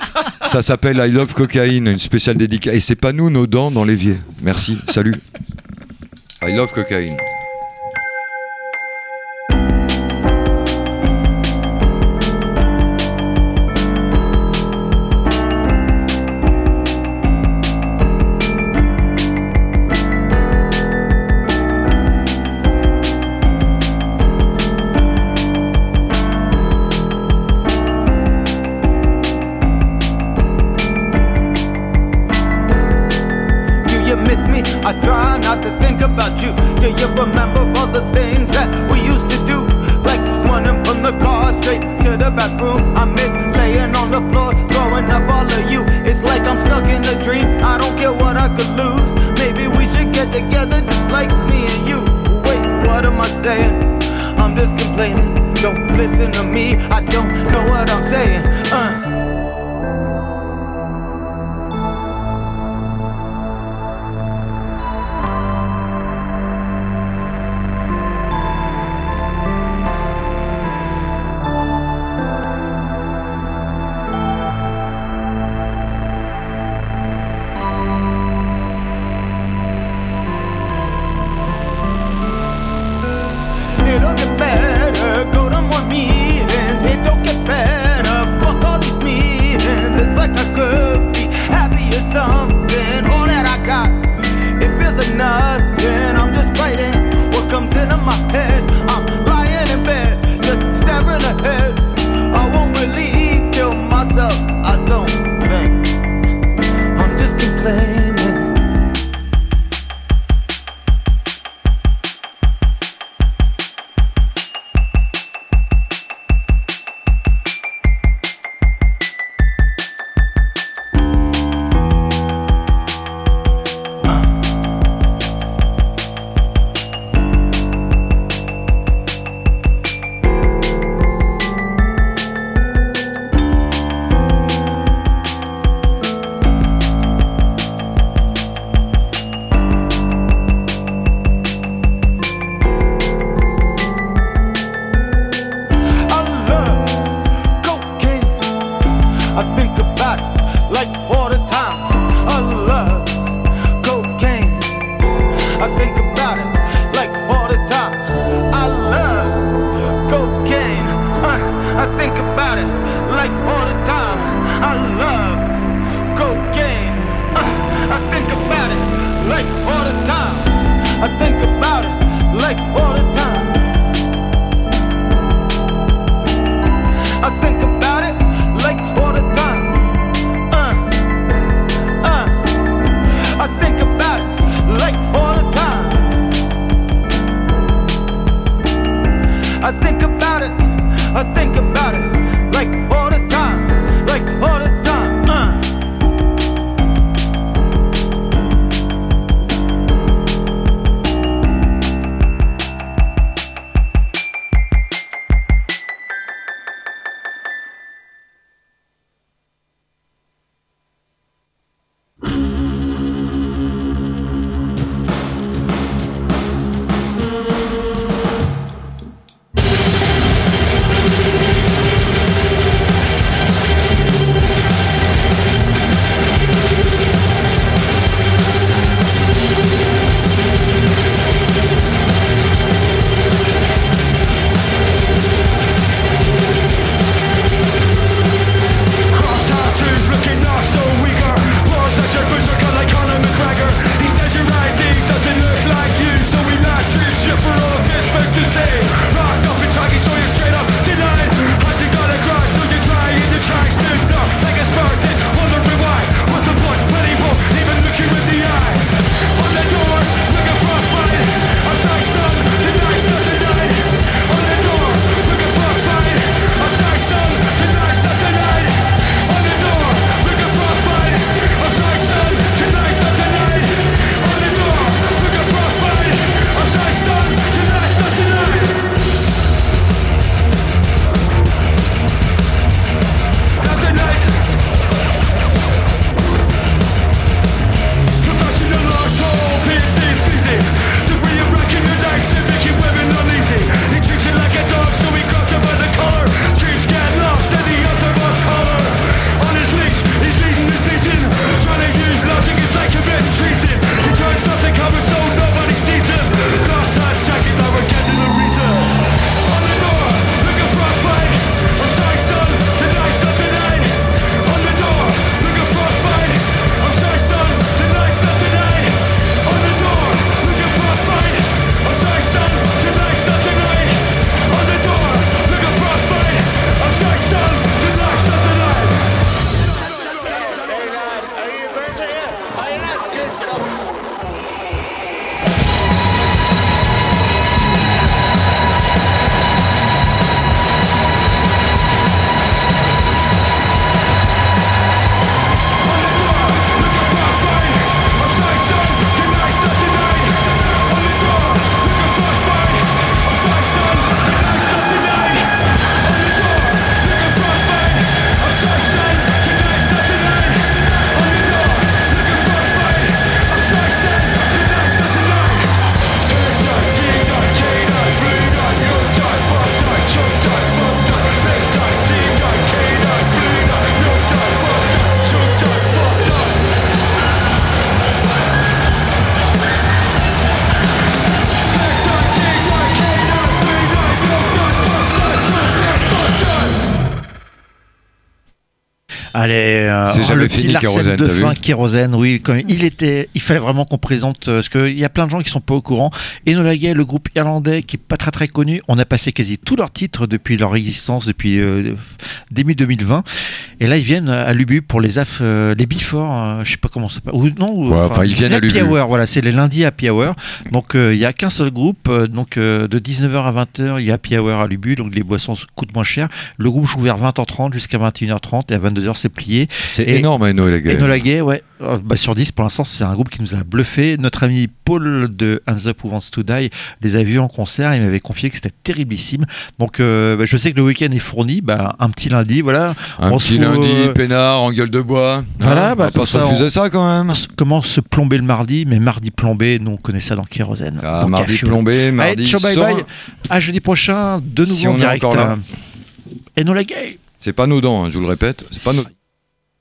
B: Ça s'appelle I Love Cocaine, une spéciale dédicace. Et c'est pas nous, nos dents dans l'évier. Merci, salut. I Love Cocaine.
I: Do you miss me? I try not to think about you. Do you remember all the things that we used to do? Like one to the bathroom. I miss laying on the floor, throwing up all of you. It's like I'm stuck in a dream. I don't care what I could lose. Maybe we should get together just like me and you. Wait, what am I saying? I'm just complaining. Don't listen to me, I don't know what I'm saying. Uh. It'll get better, go to more meetings. It don't get better, fuck all these meetings. It's like I could be happy or something. All that I got, it feels like nothing. I'm just writing what comes into my head. I'm lying in bed, just staring ahead. I won't really kill myself, I don't think. I'm just complaining. I think about it like all the time. I love cocaine. I think about it like all the time. I love cocaine. Uh, I think about it like all the time. I love cocaine. Uh, I think about it like all the time. I think about it like all the time. I think about it like all the time. Uh, uh. I think about it like all the time. I think about it. I think about it like all the time. Like all the time. Uh.
A: Allez, euh,
B: C'est
A: oh,
B: jamais
A: le
B: fini,
A: petit Larsen
B: Kérosène,
A: de
B: t'as vu
A: fin, Kérosène, oui, quand il était, il fallait vraiment qu'on présente, euh, parce qu'il y a plein de gens qui sont pas au courant. Enola Gay, le groupe irlandais qui est pas très très connu, on a passé quasi tous leurs titres depuis leur existence, depuis euh, début deux mille vingt, et là ils viennent à Lubu pour les af, euh, les Before, euh, je sais pas comment ça s'appelle, ou non, ou,
B: Ouais, enfin, ils viennent à
A: Happy
B: Lubu.
A: Hour, voilà, c'est les lundis Happy Hour, donc euh, il y a qu'un seul groupe, euh, donc euh, de dix-neuf heures à vingt heures, il y a Happy Hour à Lubu, donc les boissons coûtent moins cher. Le groupe joue vers vingt heures trente jusqu'à vingt et une heures trente et à vingt-deux heures c'est plié.
B: C'est
A: Et-
B: énorme, Enola Gay.
A: Enola Gay, ouais. Euh, bah, sur dix, pour l'instant, c'est un groupe qui nous a bluffé. Notre ami Paul de Hands Up Who Wants to Die les a vus en concert. Il m'avait confié que c'était terriblissime. Donc, euh, bah, je sais que le week-end est fourni. Bah, un petit lundi, voilà.
B: Un
A: On
B: petit
A: se fout,
B: lundi,
A: euh,
B: peinard, en gueule de bois.
A: Voilà,
B: Hein,
A: bah,
B: on va
A: comme
B: pas se
A: ça,
B: refuser
A: on-
B: ça quand même.
A: Comment se plomber le mardi, mais mardi plombé, nous on connaît ça dans Kérosène.
B: Ah,
A: Donc, à
B: mardi
A: Fioul.
B: plombé, mardi
A: Allez, ciao, bye
B: sans-
A: bye. À jeudi prochain, de nouveau
B: Si
A: en
B: on est
A: direct.
B: encore là.
A: euh, Enola Gay.
B: C'est pas nos dents, hein, je vous le répète. C'est pas nos...